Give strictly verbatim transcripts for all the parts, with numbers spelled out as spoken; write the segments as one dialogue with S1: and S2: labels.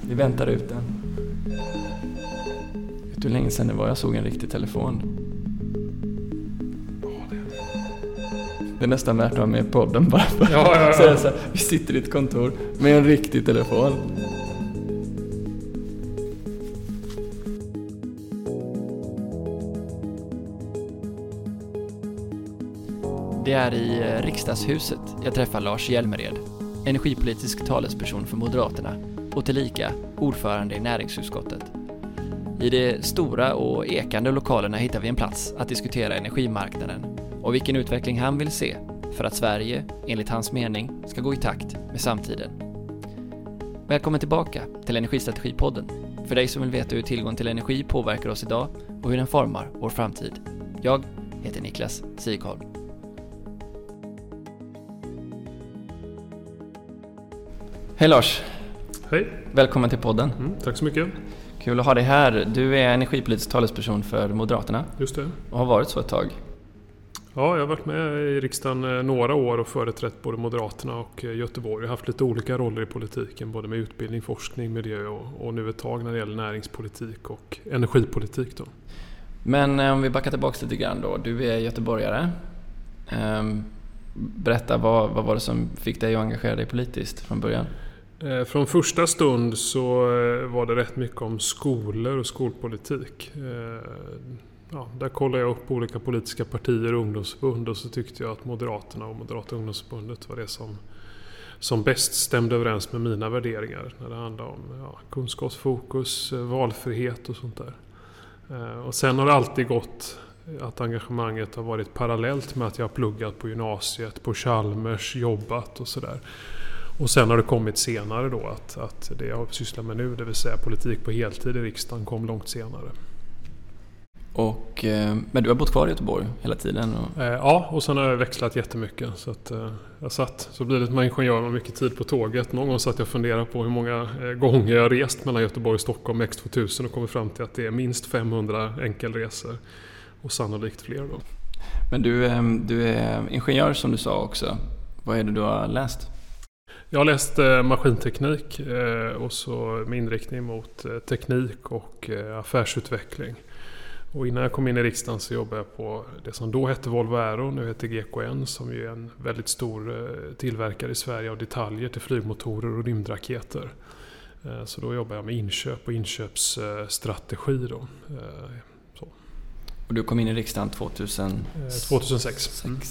S1: Vi väntar ut den. Vet du hur länge sedan det var jag såg en riktig telefon? Det är nästan värt att ha med i podden bara för
S2: ja, ja, ja.
S1: Så, så här, vi sitter i ett kontor med en riktig telefon. Det är i riksdagshuset jag träffar Lars Hjälmered, energipolitisk talesperson för Moderaterna och tillika ordförande i näringsutskottet. I de stora och ekande lokalerna hittar vi en plats att diskutera energimarknaden och vilken utveckling han vill se för att Sverige, enligt hans mening, ska gå i takt med samtiden. Välkommen tillbaka till Energistrategipodden, för dig som vill veta hur tillgång till energi påverkar oss idag och hur den formar vår framtid. Jag heter Niklas Sigholm. Hej Lars.
S2: Hej.
S1: Välkommen till podden.
S2: Mm, tack så mycket.
S1: Kul att ha dig här. Du är energipolitisk talesperson för Moderaterna.
S2: Just det.
S1: Och har varit så ett tag.
S2: Ja, jag har varit med i riksdagen några år och företrätt både Moderaterna och Göteborg. Jag har haft lite olika roller i politiken, både med utbildning, forskning, miljö och, och nu ett tag när det gäller näringspolitik och energipolitik då.
S1: Men om vi backar tillbaka lite grann då. Du är göteborgare. Um, berätta, vad, vad var det som fick dig att engagera dig politiskt från början?
S2: Från första stund så var det rätt mycket om skolor och skolpolitik. Ja, där kollade jag upp olika politiska partier och ungdomsförbund och så tyckte jag att Moderaterna och Moderata ungdomsförbundet var det som, som bäst stämde överens med mina värderingar när det handlade om ja, kunskapsfokus, valfrihet och sånt där. Och sen har det alltid gått att engagemanget har varit parallellt med att jag har pluggat på gymnasiet, på Chalmers, jobbat och sådär. Och sen har det kommit senare då att, att det jag sysslar med nu, det vill säga politik på heltid i riksdagen, kom långt senare.
S1: Och, men du har bott kvar i Göteborg hela tiden? Och...
S2: Ja, och sen har jag växlat jättemycket. Så att jag satt, så blir det med ingenjör med mycket tid på tåget. Någon gång satt jag och funderade på hur många gånger jag har rest mellan Göteborg och Stockholm X tvåtusen och kommit fram till att det är minst femhundra enkelresor. Och sannolikt fler då.
S1: Men du, du är ingenjör som du sa också. Vad är det du har läst?
S2: Jag har läst maskinteknik och så med inriktning mot teknik och affärsutveckling. Och innan jag kom in i riksdagen så jobbade jag på det som då hette Volvo Aero, nu heter G K N, som ju är en väldigt stor tillverkare i Sverige av detaljer till flygmotorer och rymdraketer. Så då jobbar jag med inköp och inköpsstrategi då. Så.
S1: Och du kom in i riksdagen tvåtusen...
S2: tvåtusensex.
S1: Mm.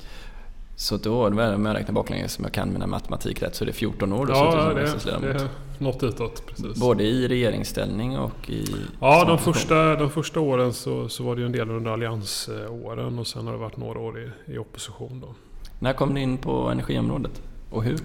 S1: Så då, med att räkna baklänges som jag kan mina matematik rätt, så är det fjorton år. Då,
S2: ja, det, det är något ditåt, precis.
S1: Både i regeringsställning och i...
S2: Ja, de första, de första åren så, så var det ju en del under alliansåren och sen har det varit några år i, i opposition då.
S1: När kom ni in på energiområdet och hur?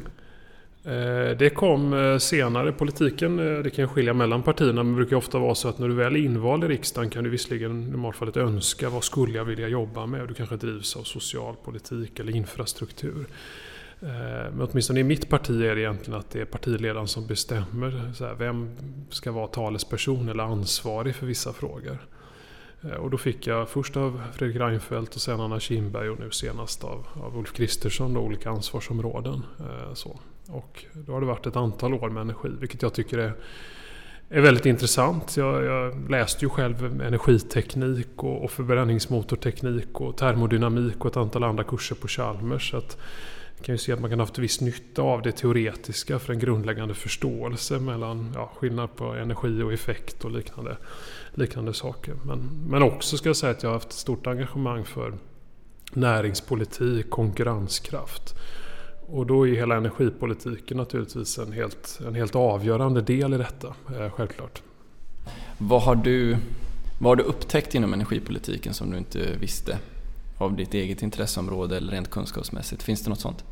S2: Det kom senare i politiken. Det kan skilja mellan partierna, men det brukar ofta vara så att när du väl är invald i riksdagen kan du visserligen i normalfallet önska vad skulle jag vilja jobba med. Du kanske drivs av socialpolitik eller infrastruktur. Men åtminstone i mitt parti är det egentligen att det är partiledaren som bestämmer så här, vem ska vara talesperson eller ansvarig för vissa frågor. Och då fick jag först av Fredrik Reinfeldt och sen Anna Kinberg och nu senast av, av Ulf Kristersson då, olika ansvarsområden. Så. Och då har det varit ett antal år med energi, vilket jag tycker är, är väldigt intressant. Jag, jag läste ju själv energiteknik och, och förbränningsmotorteknik och termodynamik och ett antal andra kurser på Chalmers. Så att jag kan ju se att man kan ha haft viss nytta av det teoretiska för en grundläggande förståelse mellan ja, skillnad på energi och effekt och liknande, liknande saker. Men, men också ska jag säga att jag har haft ett stort engagemang för näringspolitik, konkurrenskraft. Och då är hela energipolitiken naturligtvis en helt, en helt avgörande del i detta, eh, självklart.
S1: Vad har, du, vad har du upptäckt inom energipolitiken som du inte visste av ditt eget intresseområde eller rent kunskapsmässigt? Finns det något sånt?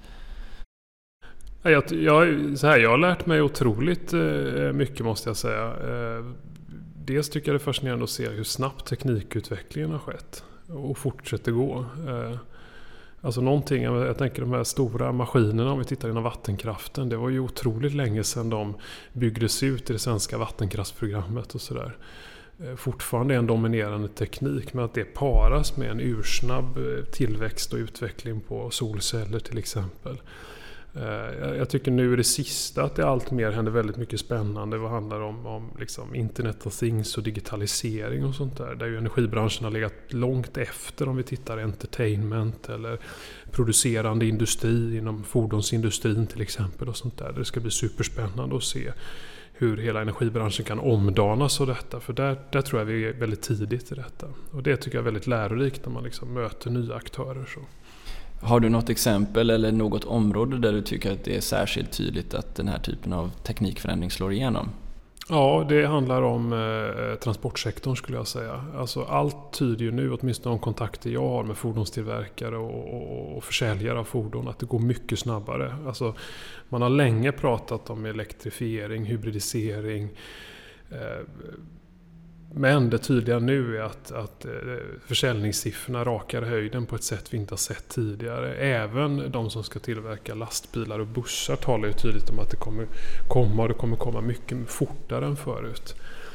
S2: Jag, jag, så här, jag har lärt mig otroligt eh, mycket måste jag säga. Eh, dels tycker jag det är fascinerande att se hur snabbt teknikutvecklingen har skett och fortsätter gå. Eh, Alltså någonting, jag tänker de här stora maskinerna om vi tittar inom vattenkraften, det var ju otroligt länge sedan de byggdes ut i det svenska vattenkraftsprogrammet och sådär. Fortfarande en dominerande teknik, men att det paras med en ursnabb tillväxt och utveckling på solceller till exempel. Jag tycker nu är det sista att det allt mer händer väldigt mycket spännande vad handlar om, om liksom Internet of Things och digitalisering och sånt där. Där ju energibranschen har legat långt efter om vi tittar entertainment eller producerande industri inom fordonsindustrin till exempel och sånt där. Det ska bli superspännande att se hur hela energibranschen kan omdanas av detta. För där, där tror jag vi är väldigt tidigt i detta. Och det tycker jag är väldigt lärorikt när man liksom möter nya aktörer. Så.
S1: Har du något exempel eller något område där du tycker att det är särskilt tydligt att den här typen av teknikförändring slår igenom?
S2: Ja, det handlar om eh, transportsektorn skulle jag säga. Alltså, allt tyder ju nu, åtminstone de kontakter jag har med fordonstillverkare och, och, och försäljare av fordon, att det går mycket snabbare. Alltså, man har länge pratat om elektrifiering, hybridisering. Eh, Men det tydliga nu är att, att försäljningssiffrorna rakar höjden på ett sätt vi inte har sett tidigare. Även de som ska tillverka lastbilar och bussar talar ju tydligt om att det kommer komma och det kommer komma mycket fortare än förut.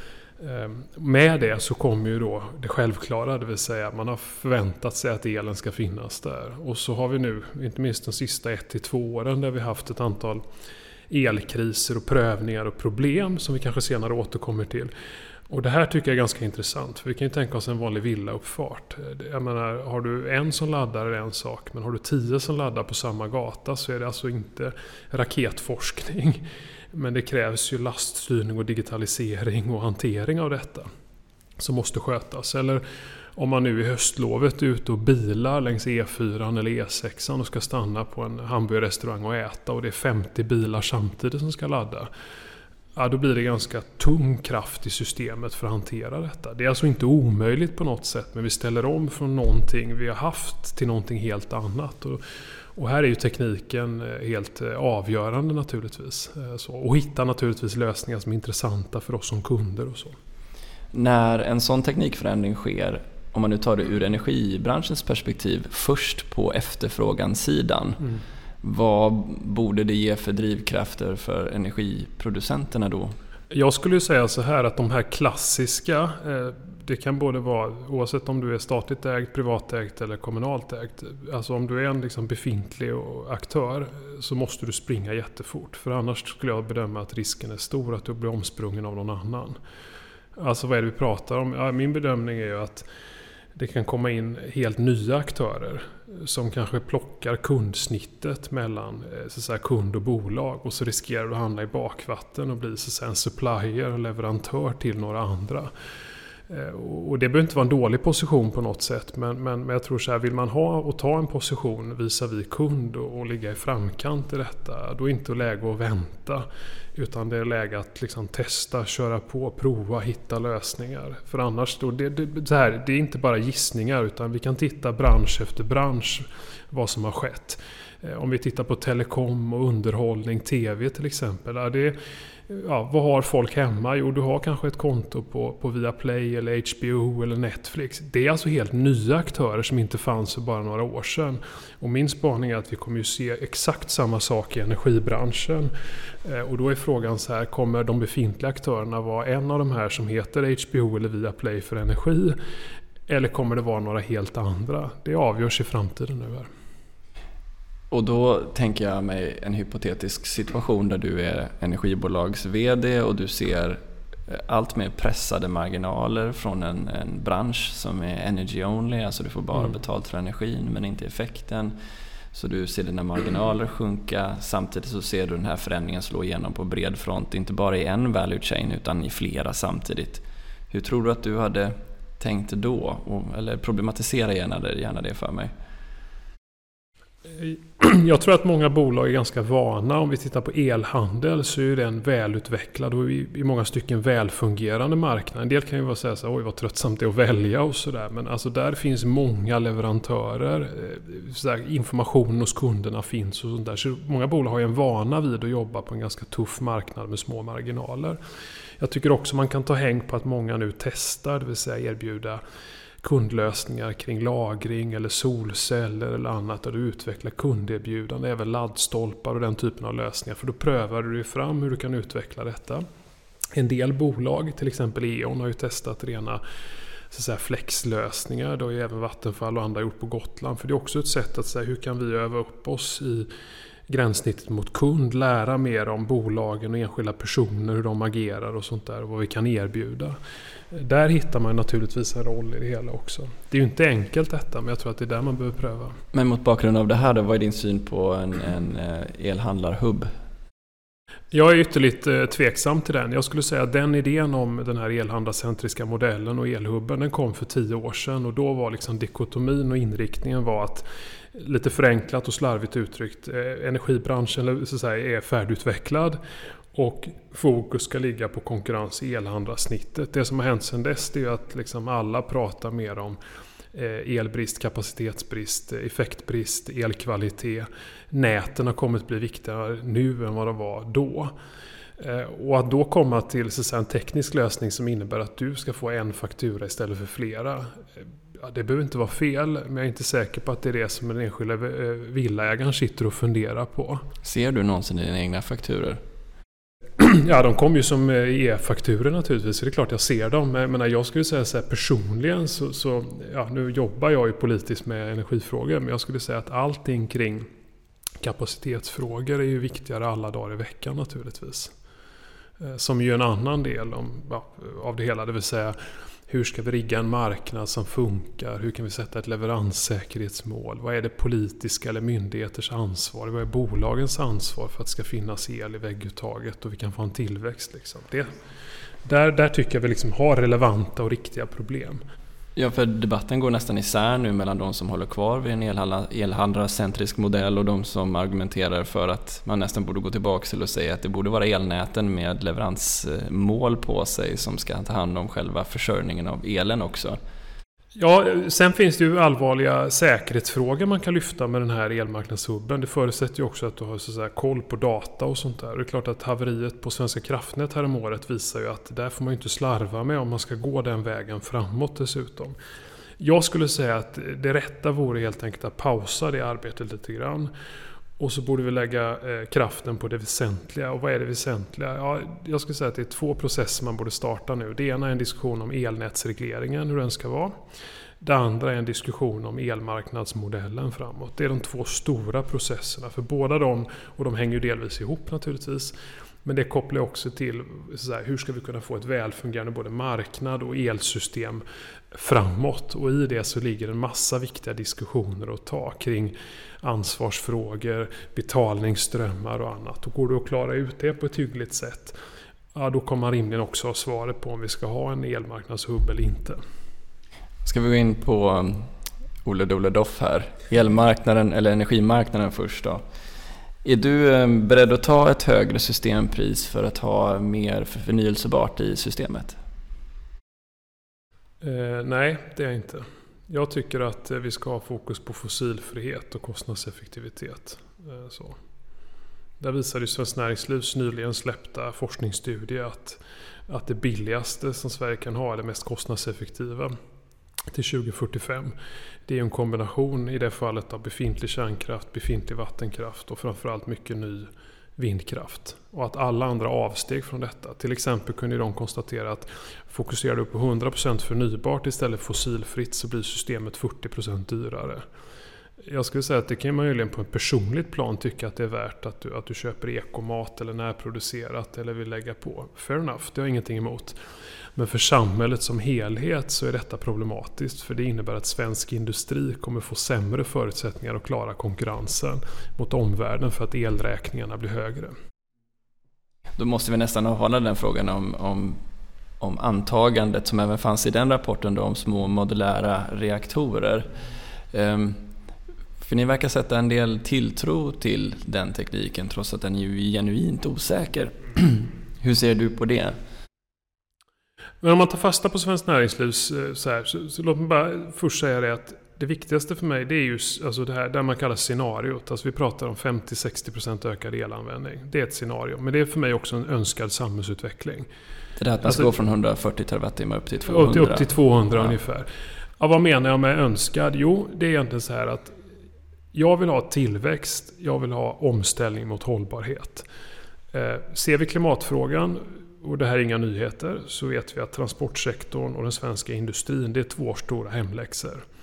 S2: Med det så kommer ju då det självklara, det vill säga att man har förväntat sig att elen ska finnas där. Och så har vi nu, inte minst de sista ett till två åren, där vi haft ett antal elkriser och prövningar och problem som vi kanske senare återkommer till. Och det här tycker jag är ganska intressant, för vi kan ju tänka oss en vanlig villauppfart. Jag menar, har du en som laddar är det en sak, men har du tio som laddar på samma gata så är det alltså inte raketforskning. Men det krävs ju laststyrning och digitalisering och hantering av detta som måste skötas. Eller om man nu i höstlovet är ute och bilar längs E fyra eller E sex och ska stanna på en hamburgerrestaurang och äta och det är femtio bilar samtidigt som ska ladda. Ja, då blir det ganska tung kraft i systemet för att hantera detta. Det är alltså inte omöjligt på något sätt, men vi ställer om från någonting vi har haft till någonting helt annat. Och, och här är ju tekniken helt avgörande naturligtvis. Så, och hitta naturligtvis lösningar som är intressanta för oss som kunder och så.
S1: När en sån teknikförändring sker, om man nu tar det ur energibranschens perspektiv, först på efterfrågansidan, mm. vad borde det ge för drivkrafter för energiproducenterna då?
S2: Jag skulle ju säga så här att de här klassiska, det kan både vara, oavsett om du är statligt ägt, privatägt eller kommunalt ägt. Alltså om du är en liksom befintlig aktör så måste du springa jättefort. För annars skulle jag bedöma att risken är stor att du blir omsprungen av någon annan. Alltså vad är det vi pratar om? Ja, min bedömning är ju att det kan komma in helt nya aktörer som kanske plockar kundsnittet mellan så att säga, kund och bolag, och så riskerar du att hamna i bakvatten och bli så att säga, en supplier och leverantör till några andra. Och det behöver inte vara en dålig position på något sätt, men, men, men jag tror så här, vill man ha och ta en position visar vi kund och, och ligga i framkant i detta, då är det inte läge att vänta, utan det är läge att liksom testa, köra på, prova, hitta lösningar. För annars då, det, det, så här, det är inte bara gissningar, utan vi kan titta bransch efter bransch vad som har skett. Om vi tittar på telekom och underhållning, tv till exempel, är det, ja, vad har folk hemma? Jo, du har kanske ett konto på, på Viaplay eller H B O eller Netflix. Det är alltså helt nya aktörer som inte fanns för bara några år sedan. Och min spaning är att vi kommer ju se exakt samma sak i energibranschen. Och då är frågan så här, kommer de befintliga aktörerna vara en av de här som heter H B O eller Viaplay för energi? Eller kommer det vara några helt andra? Det avgörs i framtiden nu här.
S1: Och då tänker jag mig en hypotetisk situation där du är energibolags vd och du ser allt mer pressade marginaler från en, en bransch som är energy only, alltså du får bara mm. betalt för energin men inte effekten. Så du ser dina marginaler sjunka, samtidigt så ser du den här förändringen slå igenom på bred front, inte bara i en value chain utan i flera samtidigt. Hur tror du att du hade tänkt då? Eller problematisera gärna det, gärna det för mig.
S2: Jag tror att många bolag är ganska vana. Om vi tittar på elhandel så är den välutvecklad och i många stycken välfungerande marknad. En del kan ju vara säga så här, oj vad tröttsamt det är att välja och sådär. Men alltså där finns många leverantörer. Så där, informationen hos kunderna finns och sånt där. Så många bolag har ju en vana vid att jobba på en ganska tuff marknad med små marginaler. Jag tycker också man kan ta häng på att många nu testar, det vill säga erbjuda kundlösningar kring lagring eller solceller eller annat där du utvecklar kunderbjudande, även laddstolpar och den typen av lösningar. För då prövar du dig fram hur du kan utveckla detta. En del bolag, till exempel E.ON, har ju testat rena så att säga, flexlösningar. Det har ju även Vattenfall och andra gjort på Gotland. För det är också ett sätt att säga hur kan vi öva upp oss i gränssnittet mot kund, lära mer om bolagen och enskilda personer, hur de agerar och sånt där och vad vi kan erbjuda. Där hittar man naturligtvis en roll i det hela också. Det är ju inte enkelt detta, men jag tror att det är där man behöver pröva.
S1: Men mot bakgrund av det här då, vad är din syn på en, en elhandlarhubb?
S2: Jag är ytterligt eh, tveksam till den. Jag skulle säga att den idén om den här elhandlarcentriska modellen och elhubben, den kom för tio år sedan. Och då var liksom dikotomin och inriktningen var att, lite förenklat och slarvigt uttryckt, eh, energibranschen så att säga, är färdigutvecklad. Och fokus ska ligga på konkurrens i elhandlarsnittet. Det som har hänt sedan dess är att liksom alla pratar mer om elbrist, kapacitetsbrist, effektbrist, elkvalitet. Näten har kommit att bli viktigare nu än vad de var då. Och att då komma till så att säga, en teknisk lösning som innebär att du ska få en faktura istället för flera. Ja, det behöver inte vara fel, men jag är inte säker på att det är det som den enskilda villaägaren sitter och funderar på.
S1: Ser du någonsin i dina egna fakturor?
S2: Ja, de kommer ju som e-fakturor naturligtvis, så det är klart jag ser dem. Men jag skulle säga så här, personligen så, så ja, nu jobbar jag ju politiskt med energifrågor, men jag skulle säga att allting kring kapacitetsfrågor är ju viktigare alla dagar i veckan naturligtvis. Som ju en annan del om, ja, av det hela, det vill säga hur ska vi rigga en marknad som funkar? Hur kan vi sätta ett leveranssäkerhetsmål? Vad är det politiska eller myndigheters ansvar? Vad är bolagens ansvar för att det ska finnas el i vägguttaget och vi kan få en tillväxt? Liksom? Det, där, där tycker jag vi liksom har relevanta och riktiga problem.
S1: Ja, för debatten går nästan isär nu mellan de som håller kvar vid en elhandlarcentrisk modell och de som argumenterar för att man nästan borde gå tillbaka till och säga att det borde vara elnäten med leveransmål på sig som ska ta hand om själva försörjningen av elen också.
S2: Ja, sen finns det ju allvarliga säkerhetsfrågor man kan lyfta med den här elmarknadshubben. Det förutsätter ju också att du har så att säga, koll på data och sånt där. Det är klart att haveriet på Svenska kraftnät här om året visar ju att där får man ju inte slarva med om man ska gå den vägen framåt dessutom. Jag skulle säga att det rätta vore helt enkelt att pausa det arbetet lite grann. Och så borde vi lägga eh, kraften på det väsentliga. Och vad är det väsentliga? Ja, jag skulle säga att det är två processer man borde starta nu. Det ena är en diskussion om elnätsregleringen, hur den ska vara. Det andra är en diskussion om elmarknadsmodellen framåt. Det är de två stora processerna. För båda de, och de hänger ju delvis ihop naturligtvis. Men det kopplar också till så här, hur ska vi kunna få ett välfungerande både marknad och elsystem framåt. Och i det så ligger en massa viktiga diskussioner att ta kring ansvarsfrågor, betalningsströmmar och annat. Och går det att klara ut det på ett hyggligt sätt, ja, då kommer man rimligen också ha svaret på om vi ska ha en elmarknadshubb eller inte.
S1: Ska vi gå in på Olle Dole Doff här. Elmarknaden eller energimarknaden först då. Är du beredd att ta ett högre systempris för att ha mer förnyelsebart i systemet?
S2: Eh, nej, det är jag inte. Jag tycker att vi ska ha fokus på fossilfrihet och kostnadseffektivitet. Eh, så. Där visade ju Svenskt Näringslivs nyligen släppta forskningsstudie att, att det billigaste som Sverige kan ha är det mest kostnadseffektiva till tjugo fyrtiofem. Det är en kombination i det fallet av befintlig kärnkraft, befintlig vattenkraft och framförallt mycket ny vindkraft. Och att alla andra avsteg från detta. Till exempel kunde de konstatera att fokuserar du på hundra procent förnybart istället för fossilfritt så blir systemet fyrtio procent dyrare. Jag skulle säga att det kan man möjligen på ett personligt plan tycka att det är värt att du, att du köper ekomat eller närproducerat eller vill lägga på. Fair enough, det har jag ingenting emot. Men för samhället som helhet så är detta problematiskt, för det innebär att svensk industri kommer få sämre förutsättningar att klara konkurrensen mot omvärlden för att elräkningarna blir högre.
S1: Då måste vi nästan avhålla den frågan om, om, om antagandet som även fanns i den rapporten då, om små modulära reaktorer. Um, för ni verkar sätta en del tilltro till den tekniken trots att den är genuint osäker. Hur ser du på det?
S2: Men om man tar fasta på Svenskt Näringslivs så här, så, så låt mig bara först säga det att det viktigaste för mig det är ju alltså det här där man kallar scenariot. Alltså vi pratar om femtio till sextio procent ökad elanvändning. Det är ett scenario, men det är för mig också en önskad samhällsutveckling.
S1: Det är att man
S2: alltså,
S1: ska gå från hundrafyrtio terawattimmar upp till tvåhundra.
S2: Upp till tvåhundra
S1: ja.
S2: ungefär. Ja, vad menar jag med önskad? Jo, det är egentligen så här att jag vill ha tillväxt, jag vill ha omställning mot hållbarhet. Eh, ser vi klimatfrågan, och det här är inga nyheter, så vet vi att transportsektorn och den svenska industrin, det är två stora hemläxor.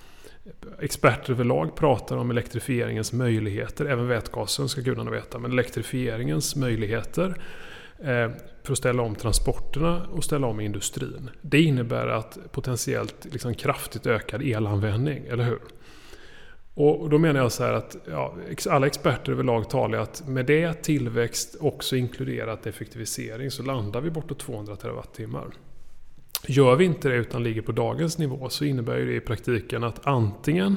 S2: Experter överlag pratar om elektrifieringens möjligheter, även vätgasen ska gudarna veta, men elektrifieringens möjligheter eh, för att ställa om transporterna och ställa om industrin. Det innebär att potentiellt liksom kraftigt ökad elanvändning, eller hur? Och då menar jag så här att ja, alla experter överlag talar att med det tillväxt också inkluderat effektivisering så landar vi bortåt tvåhundra terawattimmar. Gör vi inte det utan ligger på dagens nivå så innebär det i praktiken att antingen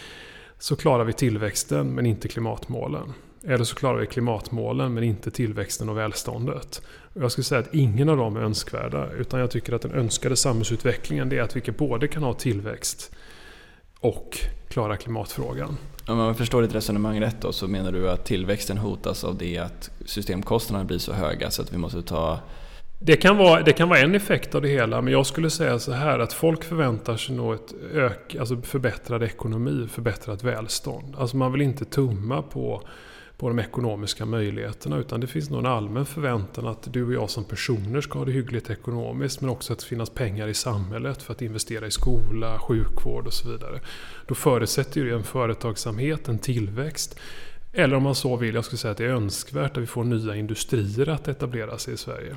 S2: så klarar vi tillväxten men inte klimatmålen. Eller så klarar vi klimatmålen men inte tillväxten och välståndet. Och jag skulle säga att ingen av dem är önskvärda, utan jag tycker att den önskade samhällsutvecklingen är att vi både kan ha tillväxt och klara klimatfrågan.
S1: Om jag förstår ditt resonemang rätt då, så menar du att tillväxten hotas av det att systemkostnaderna blir så höga så att vi måste ta...
S2: Det kan vara, det kan vara en effekt av det hela, men jag skulle säga så här att folk förväntar sig nog ett ök, alltså förbättrad ekonomi, förbättrat välstånd. Alltså man vill inte tumma på, på de ekonomiska möjligheterna, utan det finns nog en allmän förväntan att du och jag som personer ska ha det hyggligt ekonomiskt, men också att det finns pengar i samhället för att investera i skola, sjukvård och så vidare. Då förutsätter det en företagsamhet, en tillväxt. Eller om man så vill, jag skulle säga att det är önskvärt att vi får nya industrier att etablera sig i Sverige.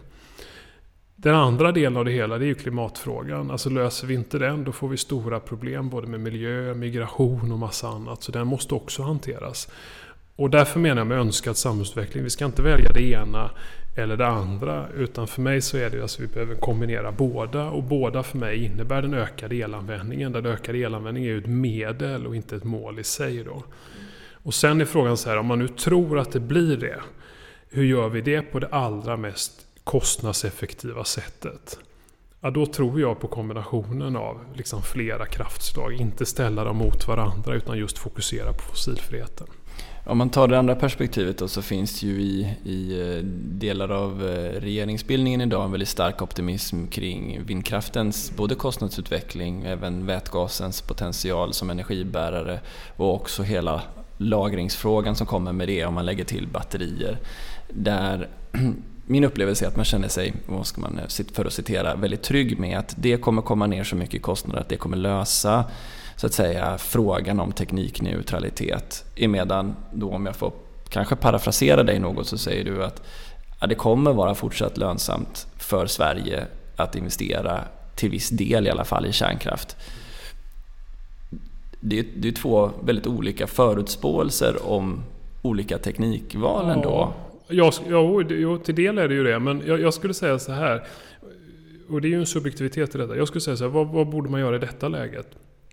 S2: Den andra delen av det hela, det är ju klimatfrågan. Alltså löser vi inte den, då får vi stora problem både med miljö, migration och massa annat. Så den måste också hanteras. Och därför menar jag med önskad samhällsutveckling, vi ska inte välja det ena eller det andra. Utan för mig så är det att vi behöver kombinera båda. Och båda för mig innebär den ökade elanvändningen. Där den ökade elanvändningen är ju ett medel och inte ett mål i sig då. Och sen är frågan så här, om man nu tror att det blir det, hur gör vi det på det allra mest kostnadseffektiva sättet? Ja, då tror jag på kombinationen av liksom flera kraftslag, inte ställa dem mot varandra utan just fokusera på fossilfriheten.
S1: Om man tar det andra perspektivet då, så finns ju i, i delar av regeringsbildningen idag en väldigt stark optimism kring vindkraftens både kostnadsutveckling, även vätgasens potential som energibärare och också hela lagringsfrågan som kommer med det om man lägger till batterier. Där min upplevelse är att man känner sig, vad ska man, för att citera, väldigt trygg med att det kommer komma ner så mycket i kostnader att det kommer lösa så att säga frågan om teknikneutralitet. Emedan då, om jag får kanske parafrasera dig något, så säger du att ja, det kommer vara fortsatt lönsamt för Sverige att investera till viss del i alla fall i kärnkraft. Det är, det är två väldigt olika förutspåelser om olika teknikval ändå.
S2: Ja, ja, ja, till del är det ju det, men jag, jag skulle säga så här, och det är ju en subjektivitet i detta. Jag skulle säga så här, vad, vad borde man göra i detta läget?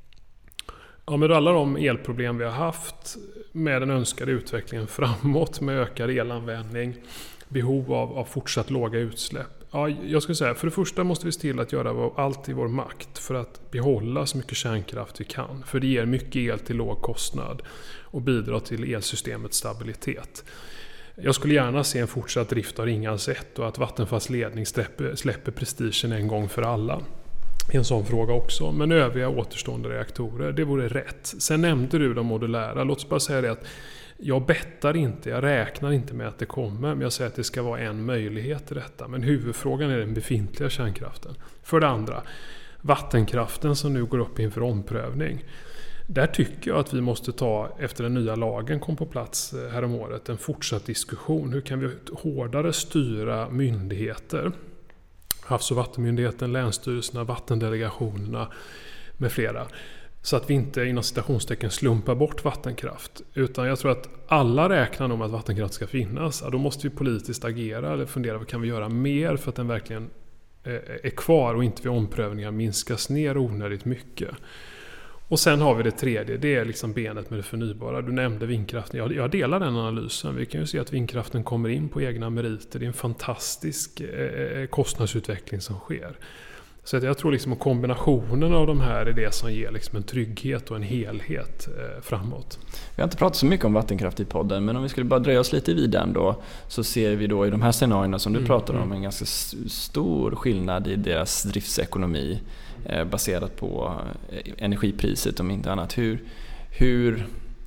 S2: Ja, med alla de elproblem vi har haft, med den önskade utvecklingen framåt, med ökad elanvändning, behov av, av fortsatt låga utsläpp. Ja, jag skulle säga, för det första måste vi se till att göra allt i vår makt för att behålla så mycket kärnkraft vi kan. För det ger mycket el till låg kostnad och bidrar till elsystemets stabilitet. Jag skulle gärna se en fortsatt drift av Ringhals ett och att Vattenfalls ledning släpper, släpper prestigen en gång för alla. En sån fråga också. Men övriga återstående reaktorer, det vore rätt. Sen nämnde du de modulära. Låt oss bara säga det att jag bettar inte, jag räknar inte med att det kommer. Men jag säger att det ska vara en möjlighet till detta. Men huvudfrågan är den befintliga kärnkraften. För det andra, vattenkraften som nu går upp inför omprövning. Där tycker jag att vi måste ta, efter den nya lagen kom på plats häromåret, en fortsatt diskussion. Hur kan vi hårdare styra myndigheter? Havs- och vattenmyndigheten, länsstyrelserna, vattendelegationerna med flera. Så att vi inte inom citationstecken slumpar bort vattenkraft. Utan jag tror att alla räknar om att vattenkraft ska finnas. Ja, då måste vi politiskt agera eller fundera vad kan vi göra mer för att den verkligen är kvar och inte vid omprövningar minskas ner onödigt mycket. Och sen har vi det tredje, det är liksom benet med det förnybara. Du nämnde vindkraften, jag, jag delar den analysen. Vi kan ju se att vindkraften kommer in på egna meriter. Det är en fantastisk eh, kostnadsutveckling som sker. Så att jag tror liksom att kombinationen av de här är det som ger liksom en trygghet och en helhet eh, framåt.
S1: Vi har inte pratat så mycket om vattenkraft i podden, men om vi skulle bara dröja oss lite vid den då, så ser vi då i de här scenarierna som du mm, pratar om mm. en ganska stor skillnad i deras driftsekonomi eh, baserat på energipriset om inte annat. Hur, hur,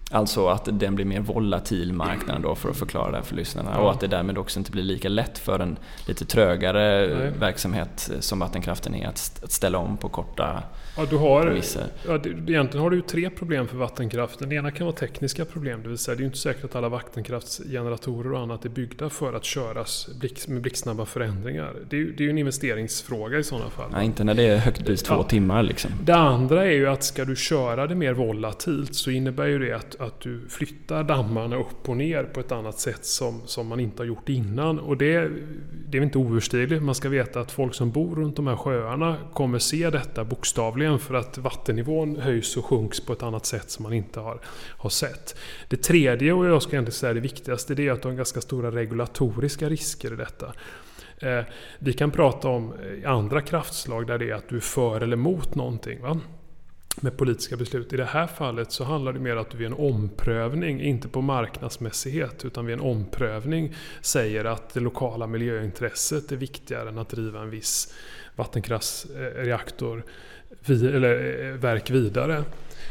S1: Alltså att den blir mer volatil marknad då, för att förklara det här för lyssnarna. Ja. Och att det därmed också inte blir lika lätt för en lite trögare Nej. verksamhet som vattenkraften är att, att ställa om på korta
S2: ja, du har,
S1: premisser.
S2: Ja, det, egentligen har du ju tre problem för vattenkraften. Det ena kan vara tekniska problem, det vill säga det är ju inte säkert att alla vattenkraftsgeneratorer och annat är byggda för att köras med blixtsnabba förändringar. Det är ju det är ju en investeringsfråga i sådana fall.
S1: Nej, inte när det är högt pris två ja. timmar liksom.
S2: Det andra är ju att ska du köra det mer volatilt så innebär ju det att, att du flyttar dammarna upp och ner på ett annat sätt som, som man inte har gjort innan. Och det, det är inte oöverstigligt. Man ska veta att folk som bor runt de här sjöarna kommer se detta bokstavligen för att vattennivån höjs och sjunks på ett annat sätt som man inte har, har sett. Det tredje, och jag ska egentligen säga det viktigaste, det är att det har ganska stora regulatoriska risker i detta. Eh, vi kan prata om andra kraftslag där det är att du är för eller emot någonting, va? Med politiska beslut. I det här fallet så handlar det mer om att du vid en omprövning, inte på marknadsmässighet utan vid en omprövning säger att det lokala miljöintresset är viktigare än att driva en viss vattenkraftsreaktor eller verk vidare.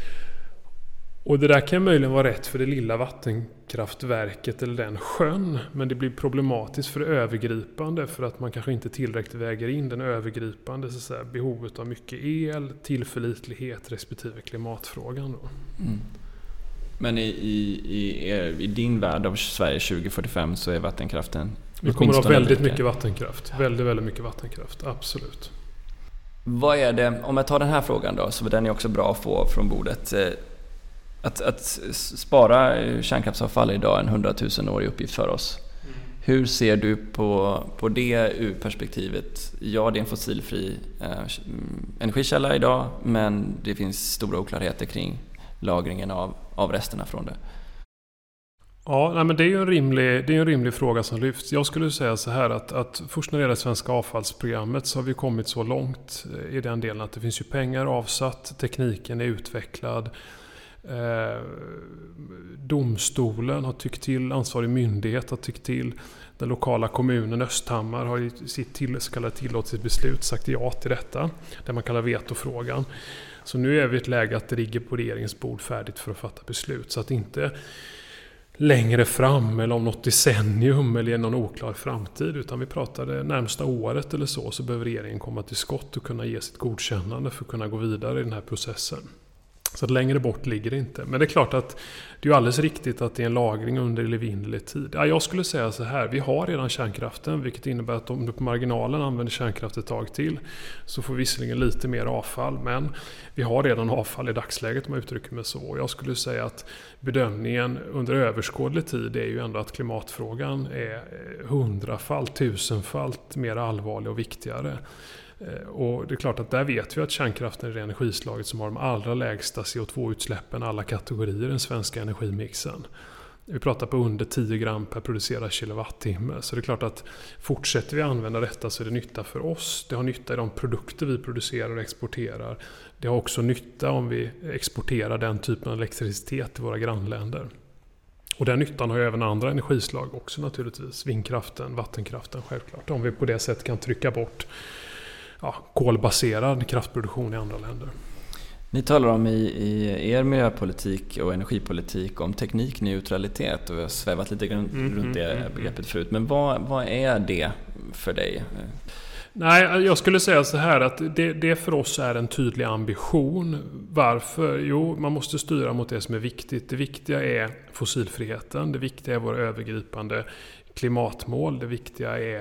S2: Och det där kan möjligen vara rätt för det lilla vattenkraftverket eller den sjön, men det blir problematiskt för det övergripande för att man kanske inte tillräckligt väger in den övergripande så att säga, behovet av mycket el, tillförlitlighet respektive klimatfrågan. Då. Mm.
S1: Men i, i, i, i din värld av Sverige tjugo fyrtiofem så är vattenkraften...
S2: Vi kommer att ha väldigt mycket vattenkraft. Väldigt, väldigt mycket vattenkraft, absolut.
S1: Vad är det, om jag tar den här frågan då, så den är också bra att få från bordet. Att, att spara kärnkraftsavfall idag är en hundratusenårig uppgift för oss. Mm. Hur ser du på, på det ur perspektivet? Ja, det är en fossilfri eh, energikälla idag, men det finns stora oklarheter kring lagringen av, av resterna från det.
S2: Ja, nej, men det är ju en rimlig, det är en rimlig fråga som lyfts. Jag skulle säga så här att, att först när det gäller svenska avfallsprogrammet så har vi kommit så långt i den delen att det finns ju pengar avsatt, tekniken är utvecklad. Eh, domstolen har tyckt till, ansvarig myndighet har tyckt till, den lokala kommunen Östhammar har i sitt till, så kallade tillåtelsebeslut sagt ja till detta, det man kallar vetofrågan. Så nu är vi i ett läge att det ligger på regeringens bord färdigt för att fatta beslut, så att inte längre fram eller om något decennium eller i någon oklar framtid, utan vi pratar det närmsta året eller så, så behöver regeringen komma till skott och kunna ge sitt godkännande för att kunna gå vidare i den här processen. Så att längre bort ligger det inte. Men det är klart att det är alldeles riktigt att det är en lagring under evinnerlig tid. Ja, jag skulle säga så här, vi har redan kärnkraften, vilket innebär att om du på marginalen använder kärnkraft ett tag till så får vi visserligen lite mer avfall, men vi har redan avfall i dagsläget om jag uttrycker mig så. Jag skulle säga att bedömningen under överskådlig tid är ju ändå att klimatfrågan är hundrafalt, tusenfalt mer allvarlig och viktigare. Och det är klart att där vet vi att kärnkraften är det energislaget som har de allra lägsta C O två utsläppen alla kategorier i den svenska energimixen. Vi pratar på under tio gram per producerad kilowattimme. Så det är klart att fortsätter vi använda detta så är det nytta för oss. Det har nytta i de produkter vi producerar och exporterar. Det har också nytta om vi exporterar den typen av elektricitet till våra grannländer. Och den nyttan har ju även andra energislag också naturligtvis. Vindkraften, vattenkraften självklart. Om vi på det sättet kan trycka bort ja, kolbaserad kraftproduktion i andra länder.
S1: Ni talar om i, i er miljöpolitik och energipolitik om teknikneutralitet och vi har svävat lite grann mm, runt det mm, begreppet förut. Men vad, vad är det för dig?
S2: Nej, jag skulle säga så här att det, det för oss är en tydlig ambition. Varför? Jo, man måste styra mot det som är viktigt. Det viktiga är fossilfriheten, det viktiga är våra övergripande klimatmål, det viktiga är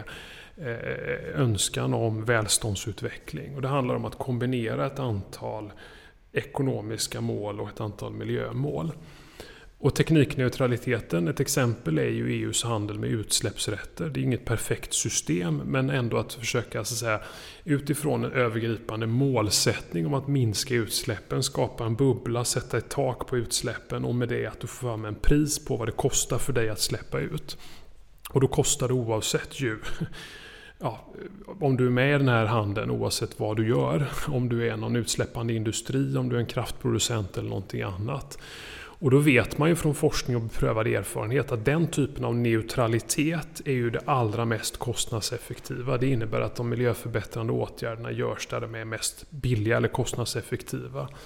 S2: önskan om välståndsutveckling. Och det handlar om att kombinera ett antal ekonomiska mål och ett antal miljömål. Och teknikneutraliteten, ett exempel är ju E U:s handel med utsläppsrätter. Det är inget perfekt system, men ändå att försöka så att säga, utifrån en övergripande målsättning om att minska utsläppen, skapa en bubbla, sätta ett tak på utsläppen och med det att du får fram en pris på vad det kostar för dig att släppa ut. Och då kostar det oavsett ju. Ja, om du är med i den här handeln oavsett vad du gör, om du är någon utsläppande industri, om du är en kraftproducent eller någonting annat. Och då vet man ju från forskning och beprövad erfarenhet att den typen av neutralitet är ju det allra mest kostnadseffektiva. Det innebär att de miljöförbättrande åtgärderna görs där de är mest billiga eller kostnadseffektiva.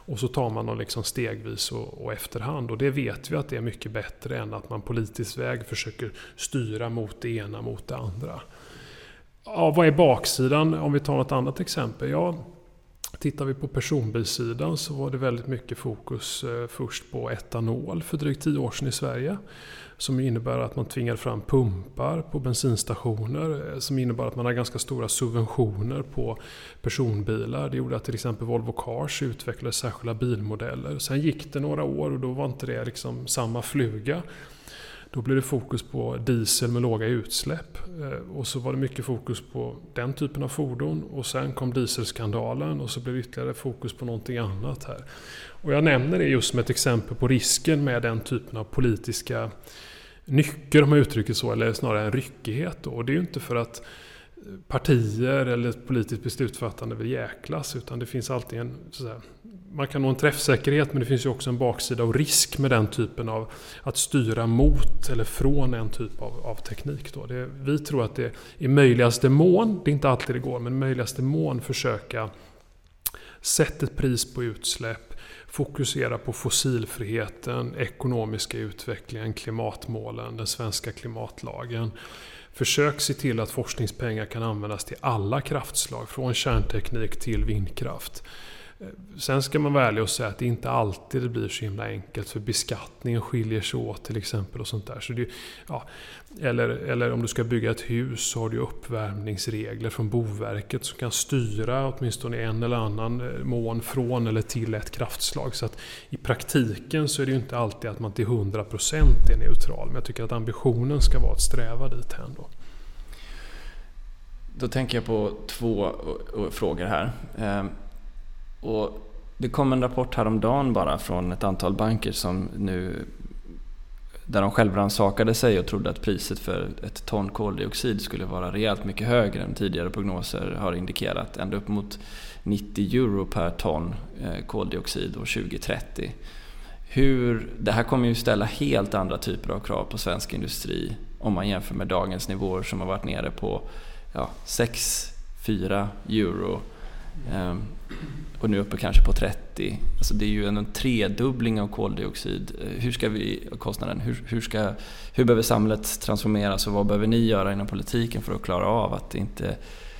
S2: Och så tar man dem liksom stegvis och, och efterhand. Och det vet vi att det är mycket bättre än att man politisk väg försöker styra mot det ena mot det andra. Ja, vad är baksidan om vi tar något annat exempel? Ja, tittar vi på personbilssidan så var det väldigt mycket fokus eh, först på etanol för drygt tio år sedan i Sverige. Som innebär att man tvingar fram pumpar på bensinstationer. Eh, som innebär att man har ganska stora subventioner på personbilar. Det gjorde att till exempel Volvo Cars utvecklade särskilda bilmodeller. Sen gick det några år och då var inte det liksom samma fluga. Då blev det fokus på diesel med låga utsläpp. Och så var det mycket fokus på den typen av fordon. Och sen kom dieselskandalen och så blev det ytterligare fokus på någonting annat här. Och jag nämner det just som ett exempel på risken med den typen av politiska nycker, om man uttrycker så, eller snarare en ryckighet då. Och det är ju inte för att partier eller politiskt beslutsfattande vill jäklas, utan det finns alltid en så att säga, man kan nå en träffsäkerhet, men det finns ju också en baksida och risk med den typen av att styra mot eller från en typ av, av teknik då. Det, vi tror att det i möjligaste mån, det är inte alltid det går, men i möjligaste mån försöka sätta ett pris på utsläpp, fokusera på fossilfriheten, ekonomiska utvecklingen, klimatmålen, den svenska klimatlagen. Försök se till att forskningspengar kan användas till alla kraftslag, från kärnteknik till vindkraft. Sen ska man vara ärlig och säga att det inte alltid det blir så himla enkelt, för beskattningen skiljer sig åt till exempel och sånt där. Så det, ja, eller, eller om du ska bygga ett hus så har du uppvärmningsregler från Boverket som kan styra åtminstone en eller annan mån från eller till ett kraftslag. Så att i praktiken så är det ju inte alltid att man till hundra procent är neutral, men jag tycker att ambitionen ska vara att sträva dit här ändå.
S1: Då tänker jag på två frågor här. Och det kom en rapport häromdagen bara från ett antal banker som nu, där de självrannsakade sig och trodde att priset för ett ton koldioxid skulle vara rejält mycket högre än tidigare prognoser har indikerat, ända upp mot nittio euro per ton koldioxid år tjugo trettio. Hur, det här kommer ju ställa helt andra typer av krav på svensk industri om man jämför med dagens nivåer som har varit nere på ja, sex fyra euro. Um, och nu uppe kanske på trettio. Alltså det är ju en tredubbling av koldioxid. Hur ska vi kostnaden? Hur, hur, ska, hur behöver samhället transformeras och vad behöver ni göra inom politiken för att klara av att inte,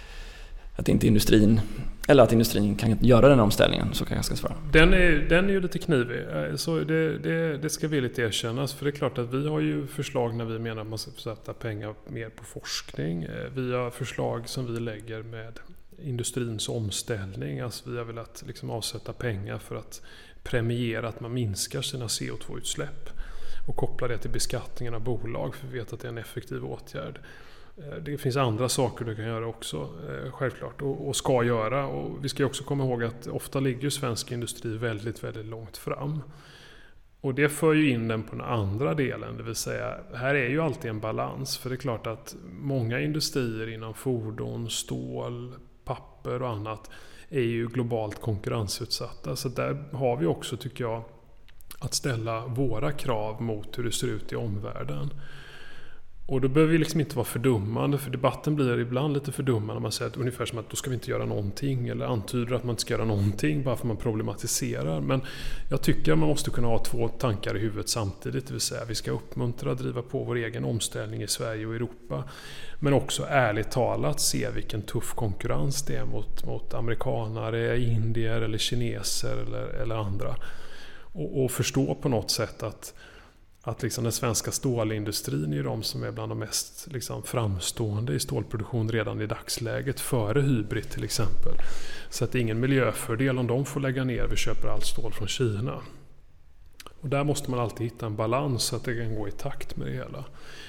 S1: att inte industrin eller att industrin kan göra den omställningen? Så kan jag ganska svara.
S2: Den är, den är ju lite knivig. Så det, det, det ska vi lite erkännas. För det är klart att vi har ju förslag när vi menar att man ska sätta pengar mer på forskning. Vi har förslag som vi lägger med industrins omställning. Alltså vi har velat liksom avsätta pengar för att premiera att man minskar sina C O två utsläpp och koppla det till beskattningen av bolag, för vi vet att det är en effektiv åtgärd. Det finns andra saker du kan göra också, självklart, och, och ska göra. Och vi ska också komma ihåg att ofta ligger svensk industri väldigt, väldigt långt fram. Och det för ju in den på den andra delen, det vill säga här är ju alltid en balans. För det är klart att många industrier inom fordon, stål, papper och annat är ju globalt konkurrensutsatta. Så där har vi också, tycker jag, att ställa våra krav mot hur det ser ut i omvärlden. Och då behöver vi liksom inte vara fördummande, för debatten blir ibland lite fördummande när man säger att ungefär som att då ska vi inte göra någonting, eller antyder att man inte ska göra någonting bara för att man problematiserar. Men jag tycker att man måste kunna ha två tankar i huvudet samtidigt, det vill säga vi ska uppmuntra och driva på vår egen omställning i Sverige och Europa, men också ärligt talat se vilken tuff konkurrens det är mot, mot amerikanare, indier eller kineser eller, eller andra. Och, och förstå på något sätt att Att liksom den svenska stålindustrin är de som är bland de mest liksom framstående i stålproduktion redan i dagsläget, före hybrid till exempel. Så att det är ingen miljöfördel om de får lägga ner, vi köper allt stål från Kina. Och där måste man alltid hitta en balans så att det kan gå i takt med det hela.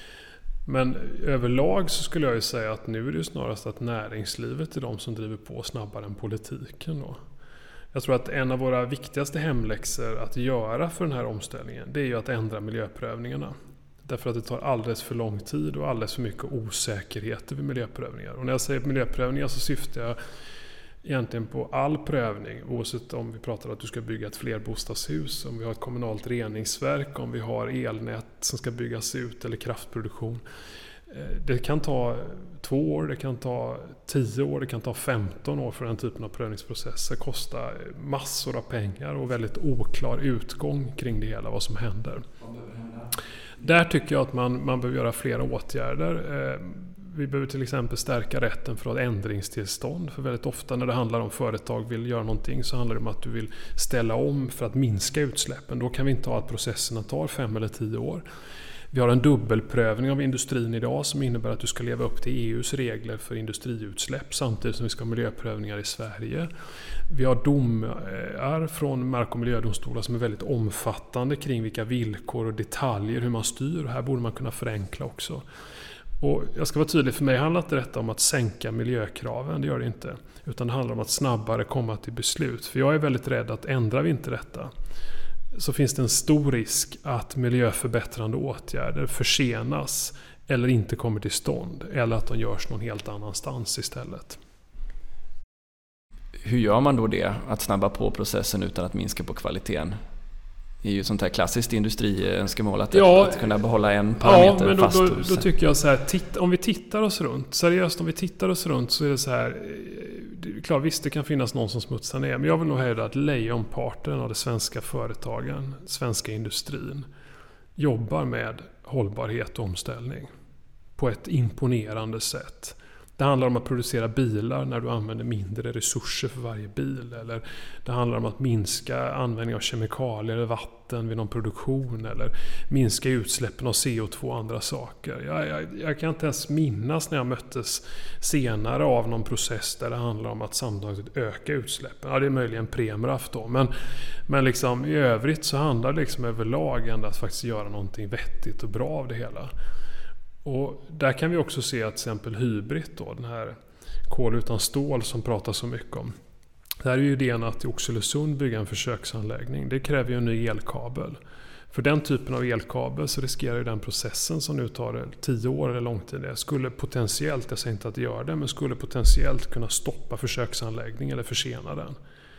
S2: Men överlag så skulle jag ju säga att nu är det snarast att näringslivet är de som driver på snabbare än politiken då. Jag tror att en av våra viktigaste hemläxor att göra för den här omställningen, det är ju att ändra miljöprövningarna. Därför att det tar alldeles för lång tid och alldeles för mycket osäkerheter vid miljöprövningar. Och när jag säger miljöprövningar så syftar jag egentligen på all prövning, oavsett om vi pratar att du ska bygga ett flerbostadshus, om vi har ett kommunalt reningsverk, om vi har elnät som ska byggas ut eller kraftproduktion. Det kan ta två år, det kan ta tio år, det kan ta femton år för den typen av prövningsprocesser. Kostar massor av pengar och väldigt oklar utgång kring det hela, vad som händer. Där tycker jag att man, man behöver göra flera åtgärder. Vi behöver till exempel stärka rätten för att ändringstillstånd. För väldigt ofta när det handlar om företag vill göra någonting så handlar det om att du vill ställa om för att minska utsläppen. Då kan vi inte ha att processerna tar fem eller tio år. Vi har en dubbelprövning av industrin idag som innebär att du ska leva upp till E U:s regler för industriutsläpp samtidigt som vi ska ha miljöprövningar i Sverige. Vi har domar från mark- och miljödomstolar som är väldigt omfattande kring vilka villkor och detaljer, hur man styr. Här borde man kunna förenkla också. Och jag ska vara tydlig, för mig handlar inte detta om att sänka miljökraven, det gör det inte. Utan det handlar om att snabbare komma till beslut. För jag är väldigt rädd att ändrar vi inte detta så finns det en stor risk att miljöförbättrande åtgärder försenas eller inte kommer till stånd. Eller att de görs någon helt annanstans istället.
S1: Hur gör man då det? Att snabba på processen utan att minska på kvaliteten? Det är ju sånt här klassiskt industriönskemål att, ja, att kunna behålla en parameter
S2: ja, men då,
S1: fast.
S2: Då, då tycker jag så här, titta, om vi tittar oss runt, seriöst om vi tittar oss runt så är det så här, det är klart visst det kan finnas någon som smutsar ner, men jag vill nog hävda att lejonparten av de svenska företagen, svenska industrin, jobbar med hållbarhet och omställning på ett imponerande sätt. Det handlar om att producera bilar när du använder mindre resurser för varje bil. Eller det handlar om att minska användning av kemikalier eller vatten vid någon produktion. Eller minska utsläppen av C O två och andra saker. Jag, jag, jag kan inte ens minnas när jag möttes senare av någon process där det handlar om att samtidigt öka utsläppen. Ja, det är möjligen Premraff då. Men, men liksom, i övrigt så handlar det liksom överlag ändå att faktiskt göra någonting vettigt och bra av det hela. Och där kan vi också se att till exempel Hybrid då, den här kol utan stål som pratas så mycket om. Där är ju idén att i Oxelösund bygga en försöksanläggning. Det kräver ju en ny elkabel. För den typen av elkabel så riskerar ju den processen som nu tar tio år eller lång tid. Det skulle potentiellt, jag säger inte att det gör det, men skulle potentiellt kunna stoppa försöksanläggningen eller försena den.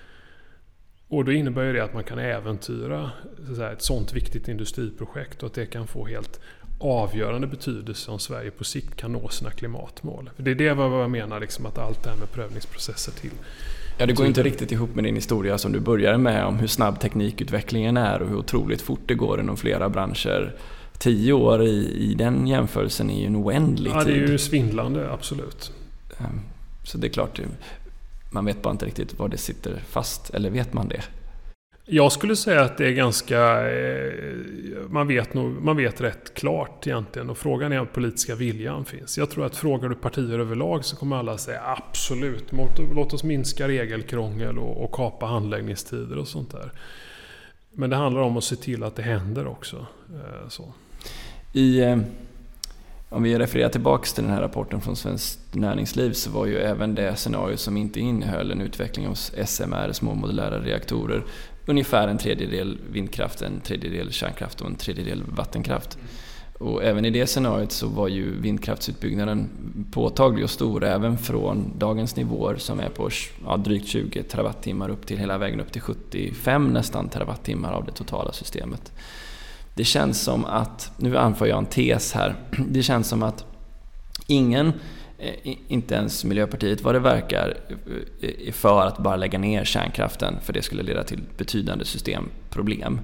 S2: Och då innebär ju det att man kan äventyra så att säga, ett sånt viktigt industriprojekt och att det kan få helt avgörande betydelse om Sverige på sikt kan nå sina klimatmål. För det är det vad jag menar, liksom, att allt det här med prövningsprocesser till.
S1: Ja, det går inte riktigt ihop med din historia som du började med om hur snabb teknikutvecklingen är och hur otroligt fort det går inom flera branscher. Tio år i, i den jämförelsen är ju en oändlig tid.
S2: Ja, det är ju svindlande, absolut.
S1: Så det är klart, man vet bara inte riktigt var det sitter fast, eller vet man det?
S2: Jag skulle säga att det är ganska, man vet, nog, man vet rätt klart egentligen, och frågan är om politiska viljan finns. Jag tror att frågar du partier överlag så kommer alla säga absolut, låt oss minska regelkrångel och, och kapa handläggningstider och sånt där. Men det handlar om att se till att det händer också. Så.
S1: I, om vi refererar tillbaka till den här rapporten från Svenskt Näringsliv så var ju även det scenario som inte innehöll en utveckling av S M R, små modulära reaktorer, ungefär en tredjedel vindkraft, en tredjedel kärnkraft och en tredjedel vattenkraft. Och även i det scenariot så var ju vindkraftsutbyggnaden påtaglig och stor även från dagens nivåer som är på ja, drygt tjugo terawattimmar upp till hela vägen upp till sjuttiofem nästan terawattimmar av det totala systemet. Det känns som att, nu anför jag en tes här, det känns som att ingen, inte ens Miljöpartiet vad det verkar, är för att bara lägga ner kärnkraften för det skulle leda till betydande systemproblem.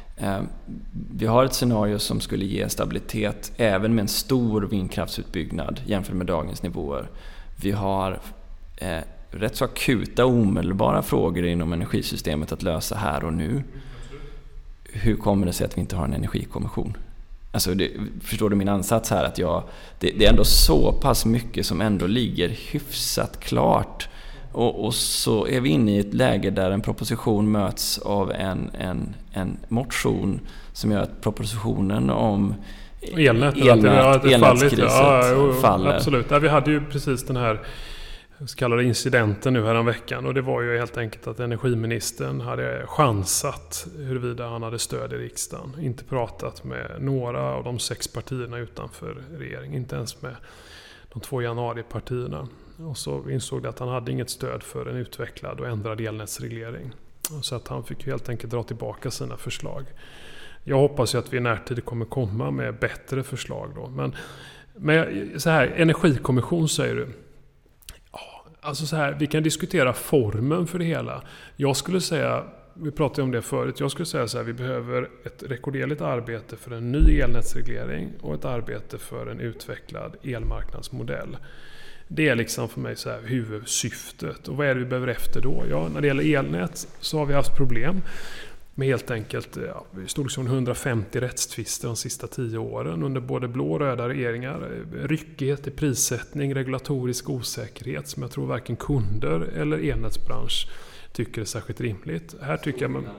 S1: Vi har ett scenario som skulle ge stabilitet även med en stor vindkraftsutbyggnad jämfört med dagens nivåer. Vi har eh, rätt så akuta och omedelbara frågor inom energisystemet att lösa här och nu. Hur kommer det sig att vi inte har en energikommission? Alltså det, förstår du min ansats här? Att jag, det, det är ändå så pass mycket som ändå ligger hyfsat klart. Och, och så är vi inne i ett läge där en proposition möts av en, en, en motion som gör att propositionen om
S2: elnät,
S1: elnät, elnätskriset
S2: ja, jo,
S1: faller.
S2: Absolut. Ja, vi hade ju precis den här så kallade incidenten nu här en veckan, och det var ju helt enkelt att energiministern hade chansat huruvida han hade stöd i riksdagen. Inte pratat med några av de sex partierna utanför regeringen, inte ens med de två januaripartierna. Och så insåg det att han hade inget stöd för en utvecklad och ändrad elnätsreglering. Så att han fick ju helt enkelt dra tillbaka sina förslag. Jag hoppas ju att vi i närtid kommer komma med bättre förslag då. Men Men så här, energikommission säger du. Ja, alltså så här, vi kan diskutera formen för det hela. Jag skulle säga, vi pratade om det förut, jag skulle säga så här, vi behöver ett rekorderligt arbete för en ny elnätsreglering och ett arbete för en utvecklad elmarknadsmodell. Det är liksom för mig så här huvudsyftet. Och vad är det vi behöver efter då? Ja, när det gäller elnät så har vi haft problem med helt enkelt ja, i storleksordning hundrafemtio rättstvister de sista tio åren under både blå och röda regeringar. Ryckighet i prissättning, regulatorisk osäkerhet som jag tror varken kunder eller elnätsbransch tycker är särskilt rimligt. Här tycker jag man...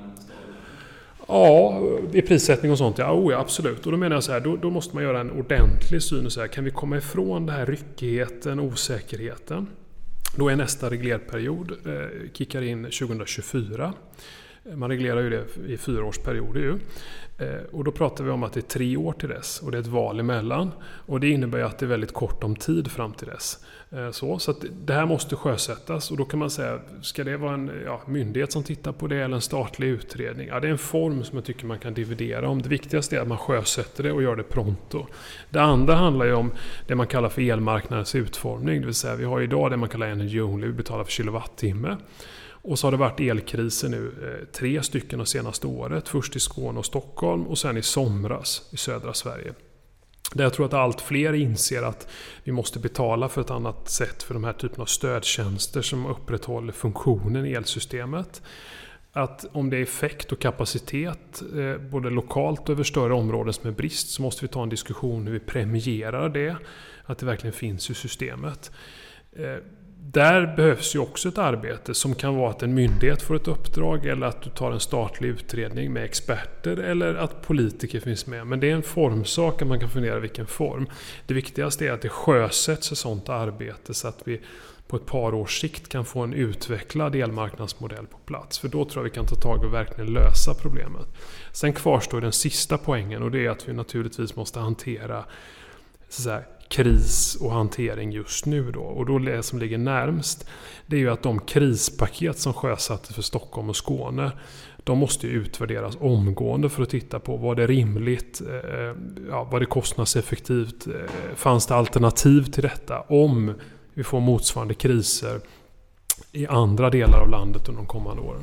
S2: Ja, i prissättning och sånt, ja, oh ja absolut. Och då menar jag så här, då, då måste man göra en ordentlig syn och så här, kan vi komma ifrån den här ryckigheten och osäkerheten? Då är nästa reglerperiod, eh, kickar in tjugohundratjugofyra. Man reglerar ju det i fyraårsperioder ju. Eh, och då pratar vi om att det är tre år till dess och det är ett val emellan. Och det innebär ju att det är väldigt kort om tid fram till dess. Eh, så så att det här måste sjösättas och då kan man säga, ska det vara en ja, myndighet som tittar på det eller en statlig utredning? Ja, det är en form som jag tycker man kan dividera om. Det viktigaste är att man sjösätter det och gör det pronto. Det andra handlar ju om det man kallar för elmarknadens utformning. Det vill säga vi har idag det man kallar energy only, vi betalar för kilowattimme. Och så har det varit elkriser nu, eh, tre stycken de senaste året. Först i Skåne och Stockholm och sen i somras i södra Sverige. Där jag tror att allt fler inser att vi måste betala för ett annat sätt för de här typen av stödtjänster som upprätthåller funktionen i elsystemet. Att om det är effekt och kapacitet eh, både lokalt och över större områden som är brist så måste vi ta en diskussion hur vi premierar det. Att det verkligen finns i systemet. Eh, Där behövs ju också ett arbete som kan vara att en myndighet får ett uppdrag eller att du tar en statlig utredning med experter eller att politiker finns med. Men det är en formsak att man kan fundera vilken form. Det viktigaste är att det sjösätts ett sådant arbete så att vi på ett par års sikt kan få en utvecklad elmarknadsmodell på plats. För då tror jag vi kan ta tag och verkligen lösa problemet. Sen kvarstår den sista poängen och det är att vi naturligtvis måste hantera så här, kris och hantering just nu då. Och då det som ligger närmst det är ju att de krispaket som sjösattes för Stockholm och Skåne de måste ju utvärderas omgående för att titta på vad det är rimligt, eh, ja, vad det är kostnadseffektivt, eh, fanns det alternativ till detta om vi får motsvarande kriser i andra delar av landet under de kommande åren.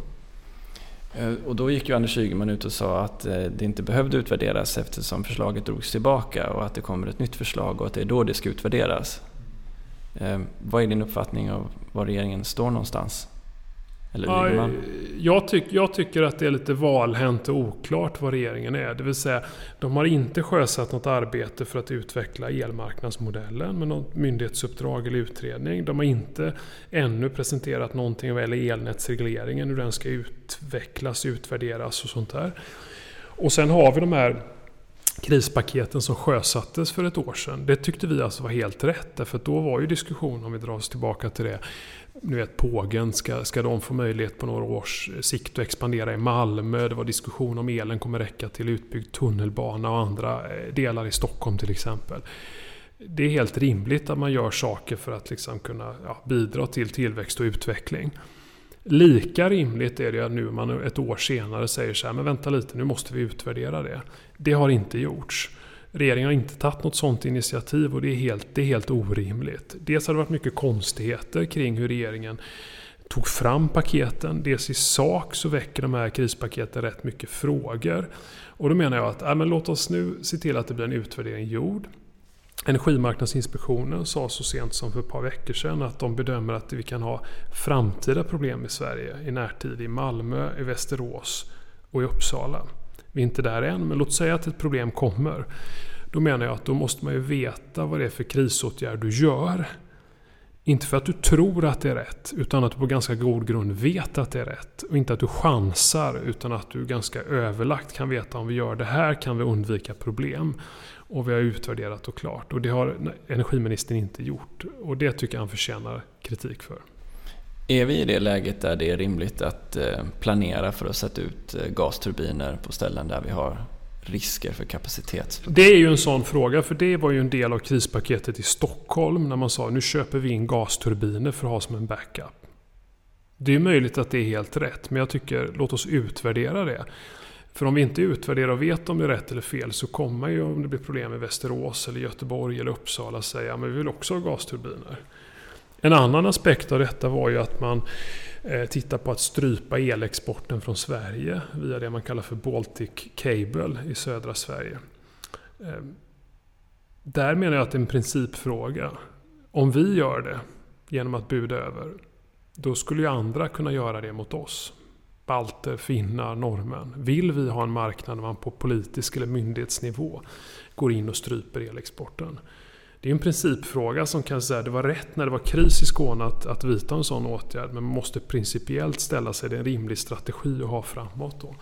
S1: Och då gick ju Anders Ygeman ut och sa att det inte behövde utvärderas eftersom förslaget drogs tillbaka och att det kommer ett nytt förslag och att det är då det ska utvärderas. Vad är din uppfattning av var regeringen står någonstans? Eller
S2: ja, jag, tyck, jag tycker att det är lite valhänt och oklart vad regeringen är. Det vill säga, de har inte sjösatt något arbete för att utveckla elmarknadsmodellen med något myndighetsuppdrag eller utredning. De har inte ännu presenterat någonting vad gäller elnätsregleringen, hur den ska utvecklas, utvärderas och sånt där. Och sen har vi de här krispaketen som sjösattes för ett år sedan. Det tyckte vi alltså var helt rätt. Därför att då var ju diskussion, om vi drar oss tillbaka till det, nu vet Pågen, ska, ska de få möjlighet på några års sikt att expandera i Malmö? Det var diskussion om elen kommer räcka till utbyggd tunnelbana och andra delar i Stockholm till exempel. Det är helt rimligt att man gör saker för att liksom kunna ja, bidra till tillväxt och utveckling. Lika rimligt är det att nu man ett år senare säger så här, men vänta lite, nu måste vi utvärdera det. Det har inte gjorts. Regeringen har inte tagit något sådant initiativ och det är helt, det är helt orimligt. Dels har det varit mycket konstigheter kring hur regeringen tog fram paketen. Dels i sak så väcker de här krispaketen rätt mycket frågor. Och då menar jag att äh, men låt oss nu se till att det blir en utvärdering gjord. Energimarknadsinspektionen sa så sent som för ett par veckor sedan att de bedömer att vi kan ha framtida problem i Sverige i närtid i Malmö, i Västerås och i Uppsala. Vi är inte där än, men låt säga att ett problem kommer. Då menar jag att då måste man ju veta vad det är för krisåtgärd du gör. Inte för att du tror att det är rätt, utan att du på ganska god grund vet att det är rätt. Och inte att du chansar, utan att du ganska överlagt kan veta om vi gör det här kan vi undvika problem. Och vi har utvärderat och klart. Och det har energiministern inte gjort. Och det tycker jag han förtjänar kritik för.
S1: Är vi i det läget där det är rimligt att planera för att sätta ut gasturbiner på ställen där vi har risker för kapacitet?
S2: Det är ju en sån fråga, för det var ju en del av krispaketet i Stockholm när man sa nu köper vi in gasturbiner för att ha som en backup. Det är möjligt att det är helt rätt, men jag tycker låt oss utvärdera det. För om vi inte utvärderar och vet om det är rätt eller fel så kommer ju, om det blir problem i Västerås eller Göteborg eller Uppsala, säga men vi vill också ha gasturbiner. En annan aspekt av detta var ju att man eh, tittar på att strypa elexporten från Sverige via det man kallar för Baltic Cable i södra Sverige. Eh, där menar jag att det är en principfråga. Om vi gör det genom att buda över, då skulle ju andra kunna göra det mot oss. Balter, finnar, norrmän. Vill vi ha en marknad där man på politisk eller myndighetsnivå går in och stryper elexporten? Det är en principfråga som kan säga att det var rätt när det var kris i Skåne att, att vidta en sån åtgärd. Men man måste principiellt ställa sig, det är en rimlig strategi att ha framåt då.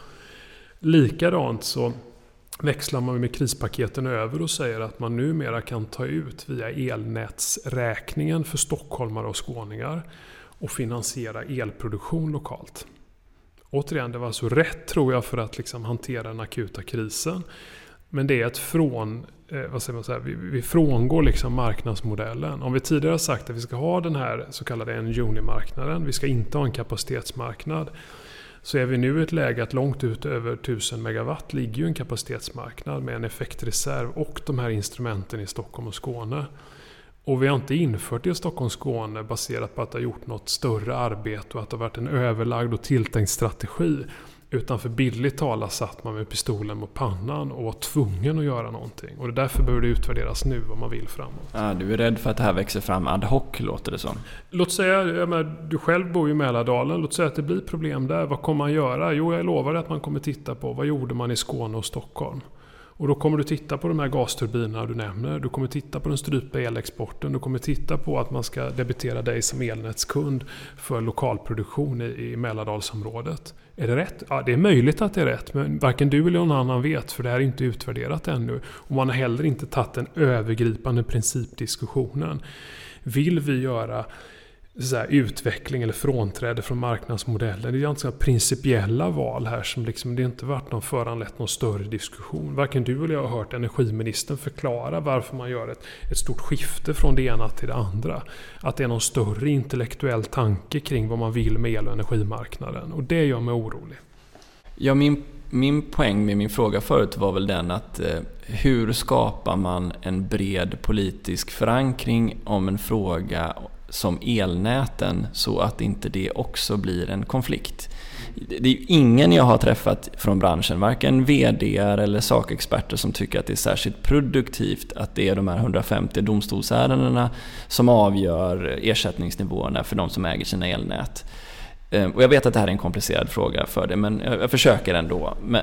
S2: Likadant så växlar man med krispaketen över och säger att man numera kan ta ut via elnätsräkningen för stockholmare och skåningar och finansiera elproduktion lokalt. Återigen, det var alltså rätt tror jag för att liksom hantera den akuta krisen. Men det är ett från, eh, vad säger man så här, vi, vi frångår liksom marknadsmodellen. Om vi tidigare har sagt att vi ska ha den här så kallade en-juni-marknaden, vi ska inte ha en kapacitetsmarknad, så är vi nu i ett läge att långt ut över tusen megawatt ligger ju en kapacitetsmarknad med en effektreserv och de här instrumenten i Stockholm och Skåne. Och vi har inte infört det i Stockholm och Skåne baserat på att det har gjort något större arbete och att det har varit en överlagd och tilltänkt strategi. Utan för billigt tala satt man med pistolen mot pannan och var tvungen att göra någonting. Och det därför behöver det utvärderas nu vad man vill framåt.
S1: Ja, du är rädd för att det här växer fram ad hoc, låter det som.
S2: Låt säga, jag menar, du själv bor i Mälardalen. Låt säga att det blir problem där. Vad kommer man göra? Jo, jag lovar att man kommer titta på vad gjorde man i Skåne och Stockholm. Och då kommer du titta på de här gasturbinerna du nämner. Du kommer titta på den strypa elexporten. Du kommer titta på att man ska debitera dig som elnätskund för lokalproduktion i, i Mälardalsområdet. Är det rätt? Ja, det är möjligt att det är rätt. Men varken du eller någon annan vet, för det här är inte utvärderat ännu. Och man har heller inte tagit den övergripande principdiskussionen. Vill vi göra så här, utveckling eller frånträde från marknadsmodellen? Det är inte så principiella val här som liksom, det inte varit någon föranlett någon större diskussion. Varken du eller jag har hört energiministern förklara varför man gör ett, ett stort skifte från det ena till det andra. Att det är någon större intellektuell tanke kring vad man vill med el- och energimarknaden. Och det gör mig orolig.
S1: Ja, min, min poäng med min fråga förut var väl den att eh, hur skapar man en bred politisk förankring om en fråga som elnäten så att inte det också blir en konflikt. Det är ju ingen jag har träffat från branschen, varken vd:ar eller sakexperter, som tycker att det är särskilt produktivt att det är de här hundrafemtio domstolsärendena som avgör ersättningsnivåerna för de som äger sina elnät. Och jag vet att det här är en komplicerad fråga för det, men jag försöker ändå. Men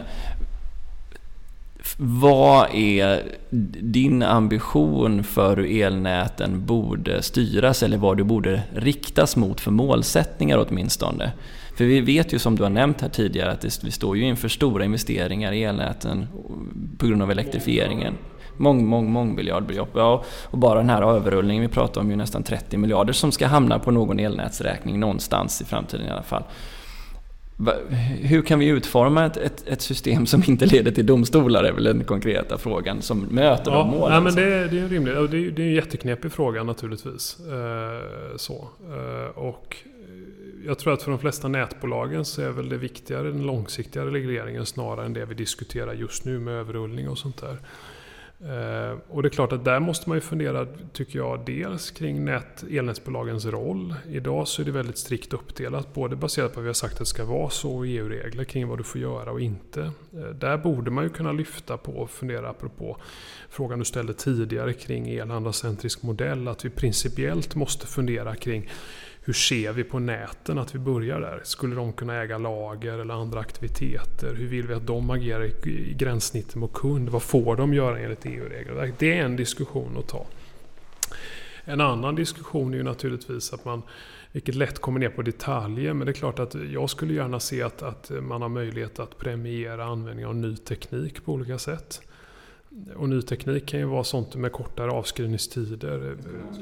S1: vad är din ambition för hur elnäten borde styras, eller vad du borde riktas mot för målsättningar åtminstone? För vi vet ju, som du har nämnt här tidigare, att det, vi står ju inför stora investeringar i elnäten på grund av elektrifieringen. Mång, mång, mång miljardbelopp. Ja, och bara den här överrullningen, vi pratar om ju nästan trettio miljarder som ska hamna på någon elnätsräkning någonstans i framtiden i alla fall. Hur kan vi utforma ett, ett, ett system som inte leder till domstolar, är väl den konkreta frågan som möter
S2: ja,
S1: de målen.
S2: Ja, men det, det är en rimlig, det är, det är en jätteknepig fråga naturligtvis. Eh, så. Eh, och jag tror att för de flesta nätbolagen så är väl det viktigare den långsiktiga regleringen snarare än det vi diskuterar just nu med överrullning och sånt där. Uh, och det är klart att där måste man ju fundera, tycker jag, dels kring nät, elnätsbolagens roll. Idag så är det väldigt strikt uppdelat, både baserat på vad vi har sagt att det ska vara så och E U-regler kring vad du får göra och inte. Uh, där borde man ju kunna lyfta på och fundera apropå frågan du ställde tidigare kring elhandlarcentrisk modell, att vi principiellt måste fundera kring hur ser vi på näten att vi börjar där? Skulle de kunna äga lager eller andra aktiviteter? Hur vill vi att de agerar i gränssnittet mot kund? Vad får de göra enligt E U-regler? Det är en diskussion att ta. En annan diskussion är ju naturligtvis att man, vilket lätt kommer ner på detaljer, men det är klart att jag skulle gärna se att, att man har möjlighet att premiera användning av ny teknik på olika sätt. Och ny teknik kan ju vara sånt med kortare avskrivningstider.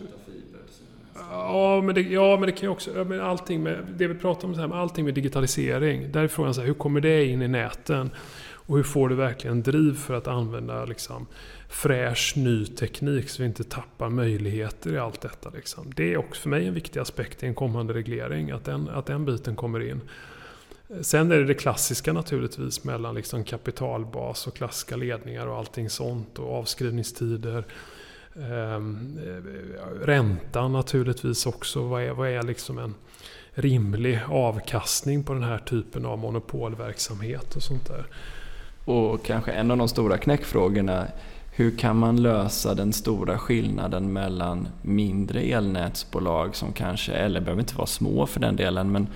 S2: Ja men, det, ja, men det kan ju också, men allting med, det vi pratar om, så här, med allting med digitalisering, där är frågan så här, hur kommer det in i näten och hur får du verkligen driv för att använda liksom, fräsch ny teknik så vi inte tappar möjligheter i allt detta. Liksom. Det är också för mig en viktig aspekt i en kommande reglering, att den, att den biten kommer in. Sen är det det klassiska naturligtvis mellan liksom kapitalbas och klassiska ledningar och allting sånt och avskrivningstider. Ehm, räntan naturligtvis också. Vad är, vad är liksom en rimlig avkastning på den här typen av monopolverksamhet och sånt där.
S1: Och kanske en av de stora knäckfrågorna, hur kan man lösa den stora skillnaden mellan mindre elnätsbolag som kanske, eller behöver inte vara små för den delen, men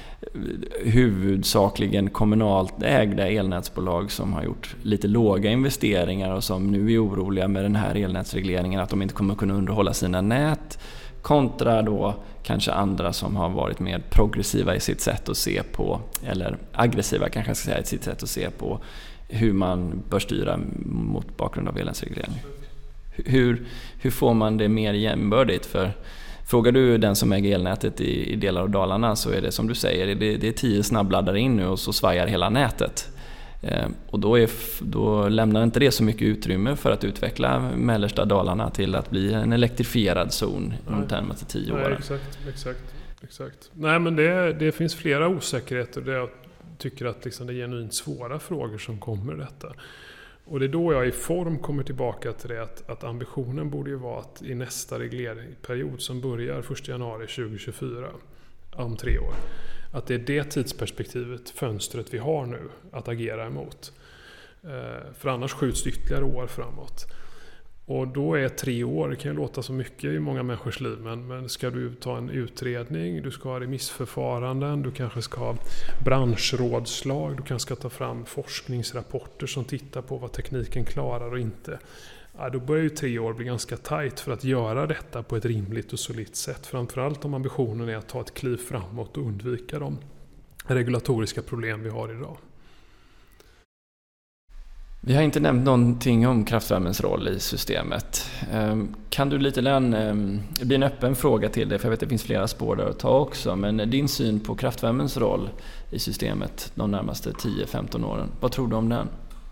S1: huvudsakligen kommunalt ägda elnätsbolag som har gjort lite låga investeringar och som nu är oroliga med den här elnätsregleringen att de inte kommer kunna underhålla sina nät, kontra då kanske andra som har varit mer progressiva i sitt sätt att se på, eller aggressiva kanske jag ska säga, i sitt sätt att se på hur man bör styra mot bakgrund av elnätsreglering. Hur, hur får man det mer jämnbördigt? För frågar du den som äger elnätet i, i delar av Dalarna så är det som du säger, det, det är tio snabbladdare in nu och så svajar hela nätet. Eh, och då, är, då lämnar inte det så mycket utrymme för att utveckla mellersta Dalarna till att bli en elektrifierad zon de närmaste tio åren.
S2: Nej, exakt, exakt, exakt. Nej, men det, det finns flera osäkerheter där jag tycker att liksom det är genuint svåra frågor som kommer i detta. Och det är då jag i form kommer tillbaka till det att, att ambitionen borde ju vara att i nästa regleringsperiod som börjar första januari tjugohundratjugofyra, om tre år, att det är det tidsperspektivet, fönstret vi har nu att agera emot. För annars skjuts det ytterligare år framåt. Och då är tre år, det kan ju låta så mycket i många människors liv, men, men ska du ta en utredning, du ska ha remissförfaranden, du kanske ska ha branschrådslag, du kanske ska ta fram forskningsrapporter som tittar på vad tekniken klarar och inte. Ja, då börjar ju tre år bli ganska tajt för att göra detta på ett rimligt och solidt sätt. Framförallt om ambitionen är att ta ett kliv framåt och undvika de regulatoriska problem vi har idag.
S1: Vi har inte nämnt någonting om kraftvärmens roll i systemet. Kan du lite grann, det blir en öppen fråga till dig för jag vet att det finns flera spår där att ta också, men din syn på kraftvärmens roll i systemet de närmaste tio till femton åren, vad tror du om den?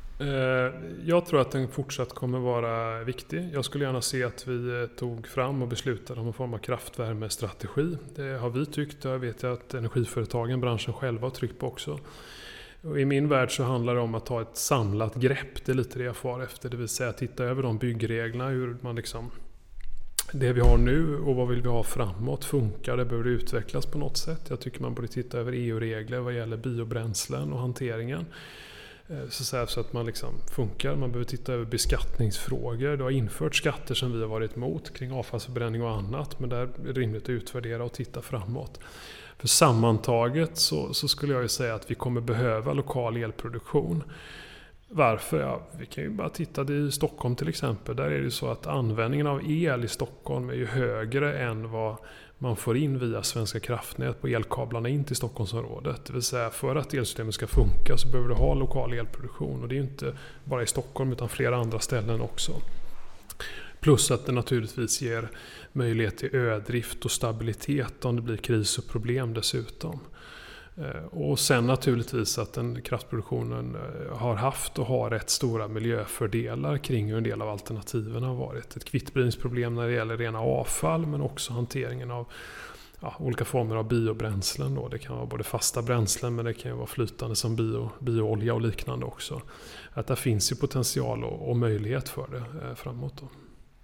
S2: Jag tror att den fortsatt kommer vara viktig. Jag skulle gärna se att vi tog fram och beslutade om en form av kraftvärmestrategi. Det har vi tyckt och jag vet att energiföretagen, branschen själva har tryckt på också. Och i min värld så handlar det om att ta ett samlat grepp, det är lite det jag far efter, det vill säga titta över de byggreglerna, hur man liksom, det vi har nu och vad vill vi ha framåt, funkar det, behöver det utvecklas på något sätt. Jag tycker man borde titta över E U-regler vad gäller biobränslen och hanteringen. Så, så att man liksom funkar, man behöver titta över beskattningsfrågor. Det har infört skatter som vi har varit emot kring avfallsförbränning och annat, men där är det rimligt att utvärdera och titta framåt. För sammantaget så, så skulle jag ju säga att vi kommer behöva lokal elproduktion. Varför? Ja, vi kan ju bara titta i Stockholm till exempel. Där är det så att användningen av el i Stockholm är ju högre än vad man får in via Svenska kraftnät på elkablarna in till Stockholmsområdet. Det vill säga för att elsystemet ska funka så behöver du ha lokal elproduktion. Och det är ju inte bara i Stockholm utan flera andra ställen också. Plus att det naturligtvis ger möjlighet till ödrift och stabilitet om det blir kris och problem dessutom. Och sen naturligtvis att den kraftproduktionen har haft och har rätt stora miljöfördelar kring hur en del av alternativen har varit. Ett kvittblivningsproblem när det gäller rena avfall men också hanteringen av ja, olika former av biobränslen. Då. Det kan vara både fasta bränslen men det kan ju vara flytande som bio, bioolja och liknande också. Att det finns ju potential och, och möjlighet för det eh, framåt då.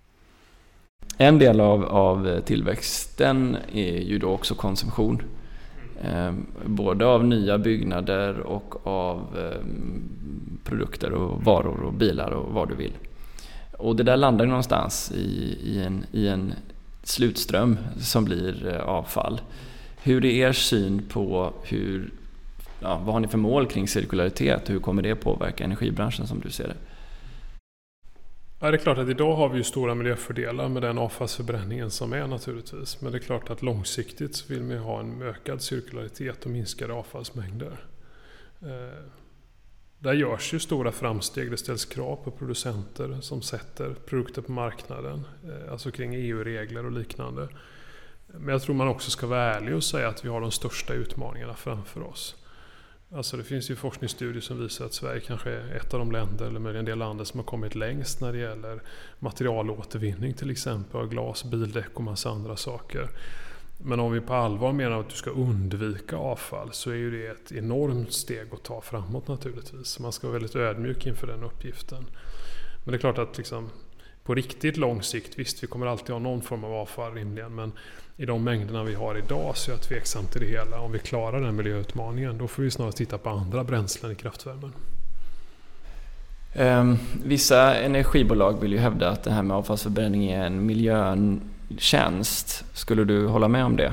S1: En del av, av tillväxten är ju då också konsumtion. Eh, både av nya byggnader och av eh, produkter och varor och bilar och vad du vill. Och det där landar ju någonstans i, i, en, i en slutström som blir eh, avfall. Hur är er syn på hur, ja, vad har ni för mål kring cirkularitet och hur kommer det påverka energibranschen som du ser det?
S2: Ja, det är klart att idag har vi ju stora miljöfördelar med den avfallsförbränningen som är naturligtvis. Men det är klart att långsiktigt så vill man ha en ökad cirkularitet och minskade avfallsmängder. Eh, där görs ju stora framsteg. Det ställs krav på producenter som sätter produkter på marknaden. Eh, alltså kring E U-regler och liknande. Men jag tror man också ska vara ärlig och säga att vi har de största utmaningarna framför oss. Alltså det finns ju forskningsstudier som visar att Sverige kanske är ett av de länder eller möjligen en del länder som har kommit längst när det gäller materialåtervinning till exempel av glas, bildäck och massa andra saker. Men om vi på allvar menar att du ska undvika avfall så är ju det ett enormt steg att ta framåt naturligtvis. Man ska vara väldigt ödmjuk inför den uppgiften. Men det är klart att liksom, på riktigt lång sikt, visst vi kommer alltid ha någon form av avfall rimligen, men i de mängderna vi har idag så är jag tveksam till det hela. Om vi klarar den miljöutmaningen, då får vi snarare titta på andra bränslen i kraftvärmen.
S1: Um, vissa energibolag vill ju hävda att det här med avfallsförbränning är en miljötjänst. Skulle du hålla med om det?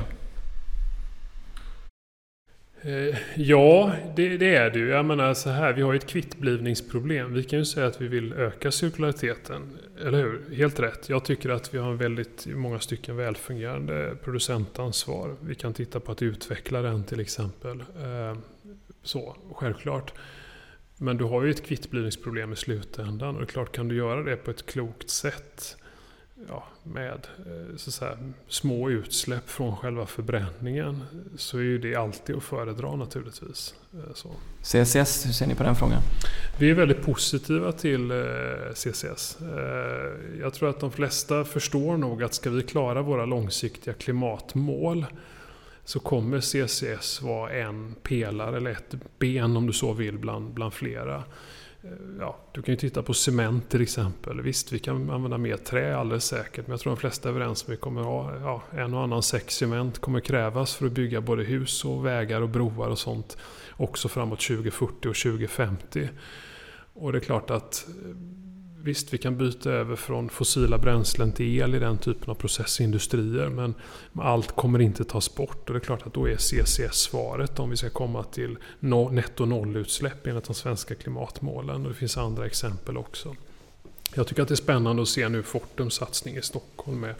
S2: Eh, ja, det, det är det ju. Jag menar så här, vi har ju ett kvittblivningsproblem. Vi kan ju säga att vi vill öka cirkulariteten, eller hur? Helt rätt. Jag tycker att vi har en väldigt, i många stycken välfungerande producentansvar. Vi kan titta på att utveckla den till exempel. Eh, så, självklart. Men du har ju ett kvittblivningsproblem i slutändan och det är klart, kan du göra det på ett klokt sätt, ja, med så att säga, små utsläpp från själva förbränningen, så är ju det alltid att föredra naturligtvis. Så.
S1: C C S, hur ser ni på den frågan?
S2: Vi är väldigt positiva till C C S. Jag tror att de flesta förstår nog att ska vi klara våra långsiktiga klimatmål så kommer C C S vara en pelare eller ett ben om du så vill bland, bland flera. Ja, du kan ju titta på cement till exempel. Visst, vi kan använda mer trä alldeles säkert, men jag tror de flesta är överens om att vi kommer ha ja, en och annan säck cement kommer krävas för att bygga både hus och vägar och broar och sånt också framåt tjugo fyrtio och tjugo femtio. Och det är klart att visst, vi kan byta över från fossila bränslen till el i den typen av processindustrier, men allt kommer inte tas bort. Och det är klart att då är C C S-svaret om vi ska komma till no- netto nollutsläpp enligt de svenska klimatmålen. Och det finns andra exempel också. Jag tycker att det är spännande att se nu Fortums satsning i Stockholm med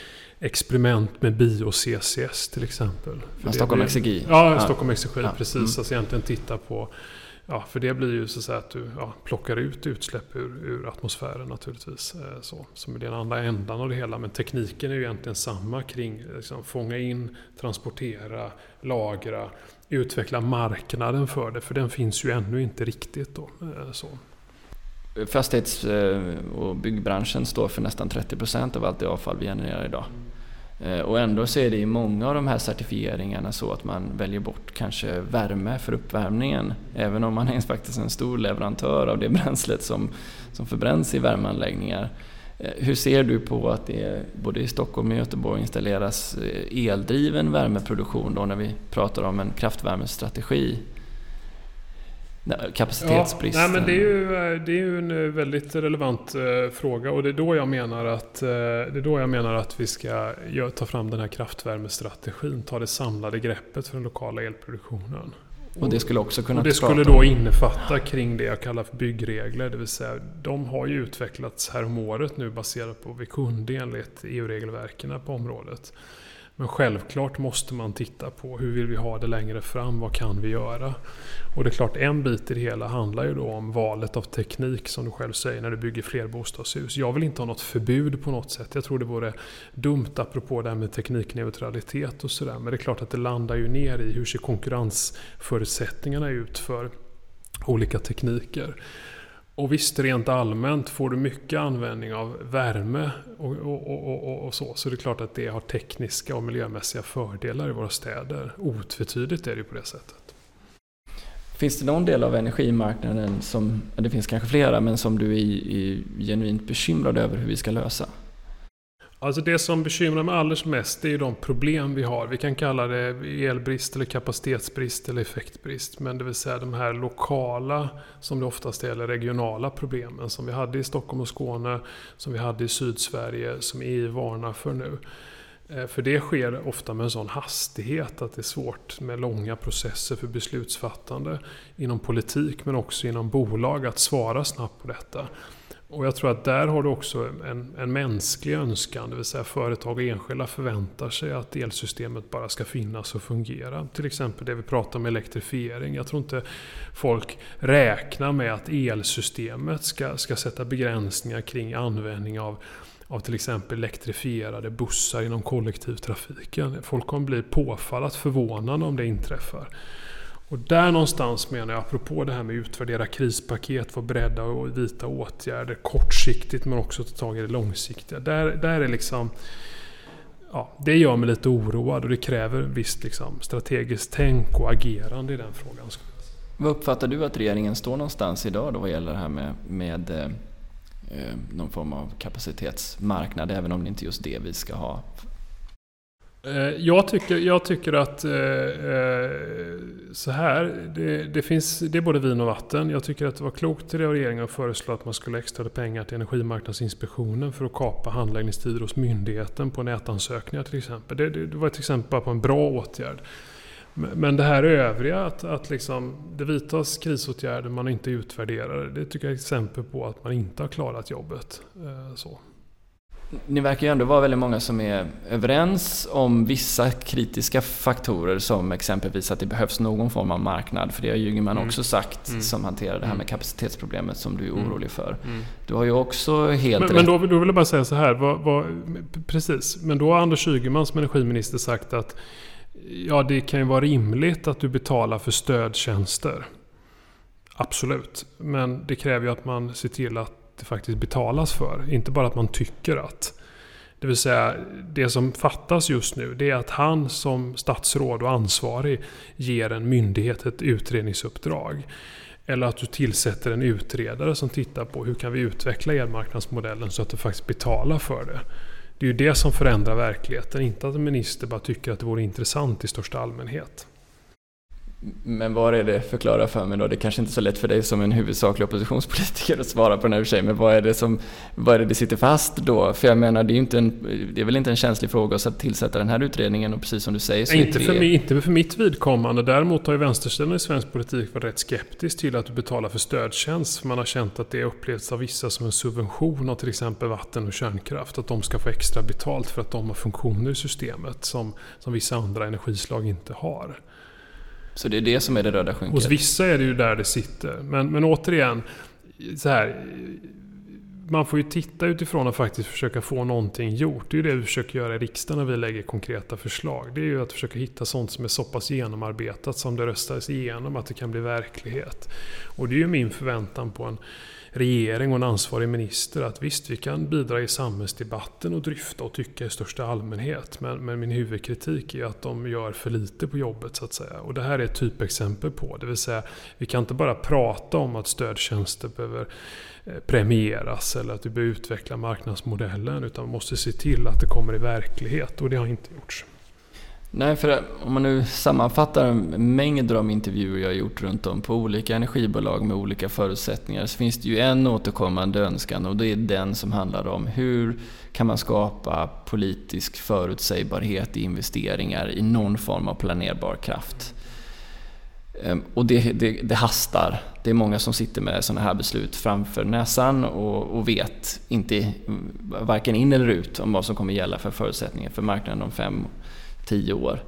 S2: experiment med bio-C C S till exempel.
S1: Ja, Stockholm Exergi.
S2: Ja, ja, Stockholm Exergi,
S1: ja.
S2: precis. Mm. Alltså egentligen titta på. Ja, för det blir ju så att säga att du ja, plockar ut utsläpp ur, ur atmosfären naturligtvis. Så, som är den andra ändan av det hela. Men tekniken är ju egentligen samma kring liksom, fånga in, transportera, lagra, utveckla marknaden för det. För den finns ju ännu inte riktigt då. Så.
S1: Fastighets- och byggbranschen står för nästan trettio procent av allt det avfall vi genererar idag. Och ändå så är det i många av de här certifieringarna så att man väljer bort kanske värme för uppvärmningen. Även om man är faktiskt en stor leverantör av det bränslet som, som förbränns i värmeanläggningar. Hur ser du på att det både i Stockholm och Göteborg installeras eldriven värmeproduktion då när vi pratar om en kraftvärmestrategi? Kapacitetsbristen.
S2: Ja, nej, men det är ju, det är ju en väldigt relevant uh, fråga och det är då jag menar att uh, det är då jag menar att vi ska gör, ta fram den här kraftvärmestrategin, ta det samlade greppet för den lokala elproduktionen.
S1: Och det skulle också kunna
S2: och det skulle då innefatta kring det jag kallar för byggregler, det vill säga de har ju utvecklats här om året nu baserat på vi kunde enligt E U-regelverken på området. Men självklart måste man titta på hur vill vi ha det längre fram, vad kan vi göra? Och det är klart, en bit i det hela handlar ju då om valet av teknik som du själv säger när du bygger fler bostadshus. Jag vill inte ha något förbud på något sätt. Jag tror det vore dumt apropå det här med teknikneutralitet och sådär. Men det är klart att det landar ju ner i hur ser konkurrensförutsättningarna ut för olika tekniker. Och visst, rent allmänt får du mycket användning av värme och, och, och, och, och så. Så det är klart att det har tekniska och miljömässiga fördelar i våra städer. Otvetydigt är det ju på det sättet.
S1: Finns det någon del av energimarknaden som, det finns kanske flera, men som du är, är genuint bekymrad över hur vi ska lösa?
S2: Alltså det som bekymrar mig alldeles mest är ju de problem vi har. Vi kan kalla det elbrist eller kapacitetsbrist eller effektbrist. Men det vill säga de här lokala, som det oftast är, eller regionala problemen som vi hade i Stockholm och Skåne, som vi hade i Sydsverige, som E U varnar för nu. För det sker ofta med en sån hastighet att det är svårt med långa processer för beslutsfattande inom politik men också inom bolag att svara snabbt på detta. Och jag tror att där har du också en, en mänsklig önskan, det vill säga företag och enskilda förväntar sig att elsystemet bara ska finnas och fungera. Till exempel det vi pratar om elektrifiering. Jag tror inte folk räknar med att elsystemet ska, ska sätta begränsningar kring användning av av till exempel elektrifierade bussar inom kollektivtrafiken. Folk kommer bli påfallat förvånade om det inträffar. Och där någonstans menar jag, apropå det här med att utvärdera krispaket, vara beredda att vidta åtgärder kortsiktigt men också ta tag i det långsiktiga. Där, där är liksom, ja, det gör mig lite oroad och det kräver visst liksom, strategiskt tänk och agerande i den frågan.
S1: Vad uppfattar du att regeringen står någonstans idag då vad gäller det här med, med eh, någon form av kapacitetsmarknad, även om det inte just det vi ska ha?
S2: Jag tycker, jag tycker att eh, så här, det, det finns det är både vin och vatten. Jag tycker att det var klokt till det regeringen att föreslå att man skulle extra pengar till Energimarknadsinspektionen för att kapa handläggningstider hos myndigheten på nätansökningar till exempel. Det, det, det var ett exempel på en bra åtgärd. Men det här övriga, att, att liksom, det vidtas krisåtgärder man inte utvärderar, det tycker jag är ett exempel på att man inte har klarat jobbet. Eh, så.
S1: Ni verkar ju ändå vara väldigt många som är överens om vissa kritiska faktorer som exempelvis att det behövs någon form av marknad. För det har Ygeman mm. också sagt mm. som hanterar det här med kapacitetsproblemet som du är orolig för. Mm. Du har ju också helt
S2: men,
S1: rätt.
S2: Men då, då vill jag bara säga så här. Vad, vad, precis, men då har Anders Ygeman som energiminister sagt att ja, det kan ju vara rimligt att du betalar för stödtjänster. Absolut. Men det kräver ju att man ser till att det faktiskt betalas för. Inte bara att man tycker att. Det vill säga, det som fattas just nu det är att han som statsråd och ansvarig ger en myndighet ett utredningsuppdrag. Eller att du tillsätter en utredare som tittar på hur kan vi utveckla elmarknadsmodellen så att du faktiskt betalar för det. Det är ju det som förändrar verkligheten. Inte att en minister bara tycker att det vore intressant i största allmänhet.
S1: Men vad är det, förklara för mig då? Det är kanske inte så lätt för dig som en huvudsaklig oppositionspolitiker att svara på den här för men vad är det som vad är det, det sitter fast då? För jag menar, det är ju inte en, det är väl inte en känslig fråga att tillsätta den här utredningen och precis som du säger så
S2: inte,
S1: är
S2: för mig, inte för mitt vidkommande. Däremot har ju vänstersidan i svensk politik varit rätt skeptisk till att du betalar för stödtjänst. För man har känt att det upplevs av vissa som en subvention av till exempel vatten och kärnkraft. Att de ska få extra betalt för att de har funktioner i systemet som, som vissa andra energislag inte har.
S1: Så det är det som är det röda skynket.
S2: Hos vissa är det ju där det sitter. Men, men återigen, så här, man får ju titta utifrån och faktiskt försöka få någonting gjort. Det är ju det vi försöker göra i riksdagen när vi lägger konkreta förslag. Det är ju att försöka hitta sånt som är så pass genomarbetat som det röstas igenom att det kan bli verklighet. Och det är ju min förväntan på en regering och en ansvarig minister att visst, vi kan bidra i samhällsdebatten och dryfta och tycka i största allmänhet. Men, men min huvudkritik är att de gör för lite på jobbet så att säga. Och det här är ett typexempel på. Det vill säga, vi kan inte bara prata om att stödtjänster behöver premieras eller att vi behöver utveckla marknadsmodellen, utan man måste se till att det kommer i verklighet och det har inte gjorts.
S1: Nej, för om man nu sammanfattar mängder av intervjuer jag har gjort runt om på olika energibolag med olika förutsättningar så finns det ju en återkommande önskan och det är den som handlar om hur kan man skapa politisk förutsägbarhet i investeringar i någon form av planerbar kraft. Och det, det, det hastar. Det är många som sitter med sådana här beslut framför näsan och, och vet inte varken in eller ut om vad som kommer gälla för förutsättningar för marknaden om fem tio år.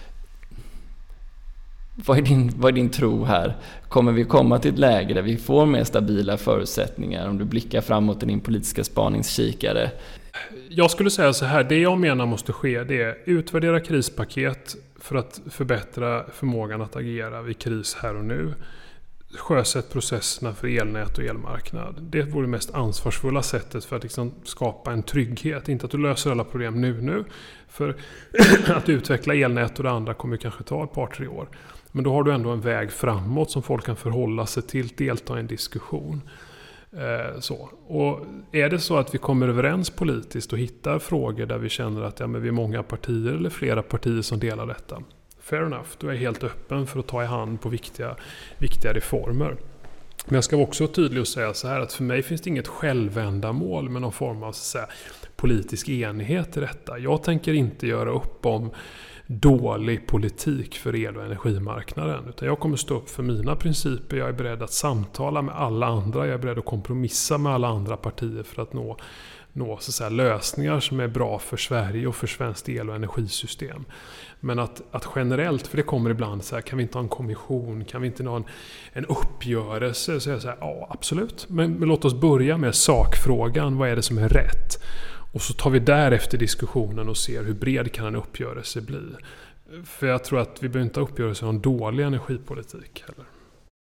S1: Vad är, din, vad är din tro här? Kommer vi komma till ett läge där vi får mer stabila förutsättningar om du blickar framåt i din politiska spaningskikare?
S2: Jag skulle säga så här, det jag menar måste ske det är utvärdera krispaket för att förbättra förmågan att agera vid kris här och nu. Sjösätt processerna för elnät och elmarknad. Det vore det mest ansvarsfulla sättet för att liksom skapa en trygghet. Inte att du löser alla problem nu nu. För att utveckla elnät och det andra kommer kanske ta ett par tre år. Men då har du ändå en väg framåt som folk kan förhålla sig till, delta i en diskussion. Eh, så. Och är det så att vi kommer överens politiskt och hittar frågor där vi känner att ja, men vi är många partier eller flera partier som delar detta. Fair enough, då är jag helt öppen för att ta i hand på viktiga, viktiga reformer. Men jag ska också vara tydlig och säga så här att för mig finns det inget självändamål med någon form av så att säga, politisk enighet i detta. Jag tänker inte göra upp om dålig politik för el- och energimarknaden. Utan jag kommer stå upp för mina principer. Jag är beredd att samtala med alla andra. Jag är beredd att kompromissa med alla andra partier för att nå, nå så att säga, lösningar som är bra för Sverige och för svenskt el- och energisystem. Men att, att generellt, för det kommer ibland så här, kan vi inte ha en kommission, kan vi inte ha en, en uppgörelse? Så jag säger, ja absolut, men, men låt oss börja med sakfrågan, vad är det som är rätt? Och så tar vi därefter diskussionen och ser hur bred kan en uppgörelse bli. För jag tror att vi behöver inte ha uppgörelse om dålig energipolitik heller.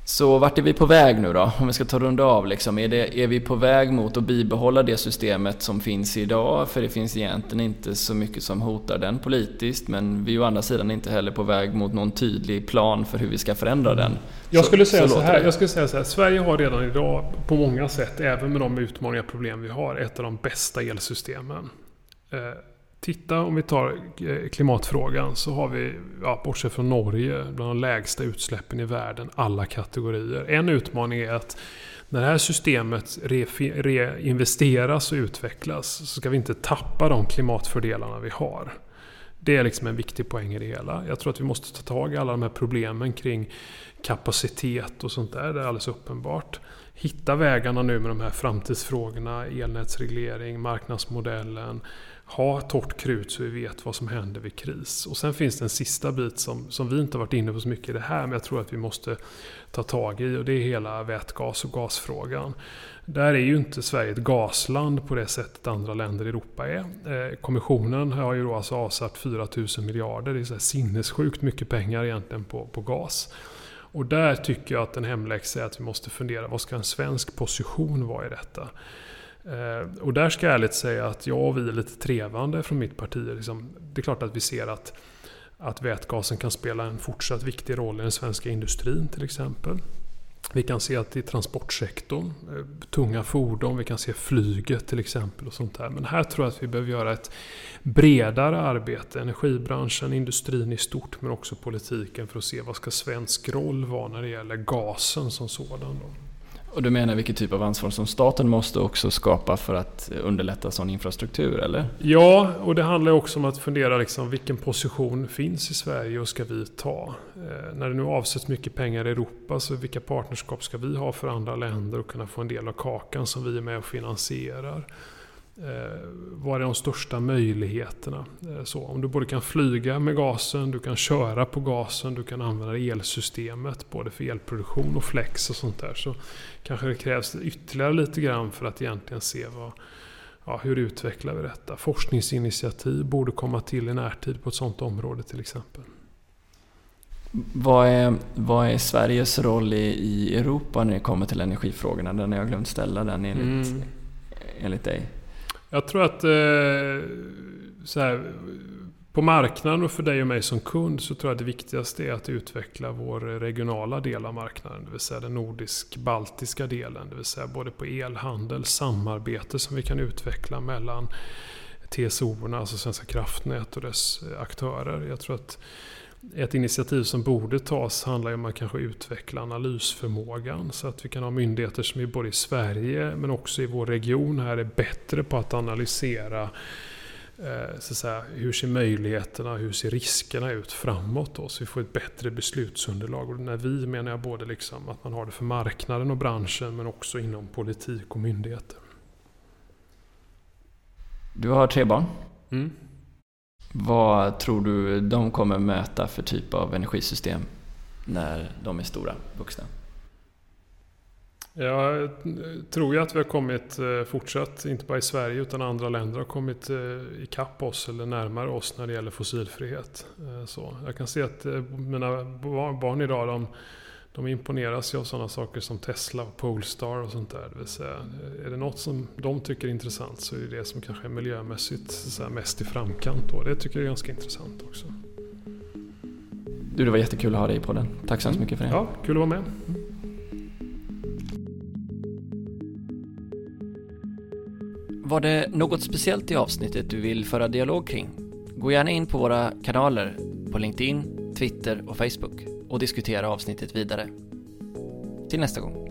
S1: Så vart är vi på väg nu då? Om vi ska ta runda av liksom. Är, det, är vi på väg mot att bibehålla det systemet som finns idag? För det finns egentligen inte så mycket som hotar den politiskt. Men vi är å andra sidan inte heller på väg mot någon tydlig plan för hur vi ska förändra den.
S2: Jag skulle
S1: så,
S2: säga
S1: så,
S2: så här, jag skulle säga så här. Sverige har redan idag på många sätt, även med de utmaningar och problem vi har, ett av de bästa elsystemen. Eh, Titta, om vi tar klimatfrågan, så har vi, ja, bortsett från Norge, bland de lägsta utsläppen i världen, alla kategorier. En utmaning är att när det här systemet re- reinvesteras och utvecklas, så ska vi inte tappa de klimatfördelarna vi har. Det är liksom en viktig poäng i det hela. Jag tror att vi måste ta tag i alla de här problemen kring kapacitet och sånt där. Det är alldeles uppenbart. Hitta vägarna nu med de här framtidsfrågorna, elnätsreglering, marknadsmodellen. Ha torrt krut så vi vet vad som händer vid kris. Och sen finns det en sista bit som, som vi inte har varit inne på så mycket i det här, men jag tror att vi måste ta tag i, och det är hela vätgas- och gasfrågan. Där är ju inte Sverige ett gasland på det sättet andra länder i Europa är. Eh, kommissionen har ju då alltså avsatt fyra tusen miljarder, det är så här sinnessjukt mycket pengar egentligen på, på gas. Och där tycker jag att en hemläxa är att vi måste fundera, vad ska en svensk position vara i detta? Eh, och där ska jag ärligt säga att jag och vi är lite trevande från mitt parti. Liksom, det är klart att vi ser att, att vätgasen kan spela en fortsatt viktig roll i den svenska industrin till exempel. Vi kan se att i transportsektorn, tunga fordon, vi kan se flyget till exempel och sånt där. Men här tror jag att vi behöver göra ett bredare arbete, energibranschen, industrin i stort, men också politiken, för att se vad ska svensk roll vara när det gäller gasen som sådan då.
S1: Och du menar vilken typ av ansvar som staten måste också skapa för att underlätta sån infrastruktur, eller?
S2: Ja, och det handlar också om att fundera liksom, vilken position finns i Sverige och ska vi ta? Eh, när det nu avsätts mycket pengar i Europa, så vilka partnerskap ska vi ha för andra länder och kunna få en del av kakan som vi är med och finansierar? Eh, vad är de största möjligheterna? Eh, så, om du både kan flyga med gasen, du kan köra på gasen, du kan använda elsystemet både för elproduktion och flex och sånt där, så kanske det krävs ytterligare lite grann för att egentligen se vad, ja, hur utvecklar vi detta. Forskningsinitiativ borde komma till i närtid på ett sådant område till exempel.
S1: Vad är, vad är Sveriges roll i, i Europa när det kommer till energifrågorna? Den har jag glömt ställa den enligt, mm. enligt dig.
S2: Jag tror att eh, så här, på marknaden och för dig och mig som kund, så tror jag att det viktigaste är att utveckla vår regionala del av marknaden, det vill säga den nordisk-baltiska delen, det vill säga både på elhandel, samarbete som vi kan utveckla mellan T S O-erna, alltså Svenska kraftnät och dess aktörer. Jag tror att ett initiativ som borde tas handlar om att kanske utveckla analysförmågan, så att vi kan ha myndigheter som är både i Sverige men också i vår region här är bättre på att analysera eh, så att säga, hur ser möjligheterna, hur ser riskerna ut framåt då, så vi får ett bättre beslutsunderlag. Och när vi menar jag både liksom att man har det för marknaden och branschen, men också inom politik och myndigheter.
S1: Du har tre barn.
S2: Mm.
S1: Vad tror du de kommer möta för typ av energisystem när de är stora, vuxna?
S2: Jag tror ju att vi har kommit fortsatt, inte bara i Sverige utan andra länder har kommit ikapp oss eller närmare oss när det gäller fossilfrihet. Så jag kan se att mina barn idag, de, de imponeras ju av sådana saker som Tesla och Polestar och sånt där. Det vill säga, är det något som de tycker är intressant, så är det det som kanske är miljömässigt så här, mest i framkant då. Det tycker jag är ganska intressant också.
S1: Du, det var jättekul att ha dig på den. Tack så mm. mycket för det.
S2: Ja, kul att vara med. Mm.
S1: Var det något speciellt i avsnittet du vill föra dialog kring? Gå gärna in på våra kanaler på LinkedIn, Twitter och Facebook och diskutera avsnittet vidare. Till nästa gång.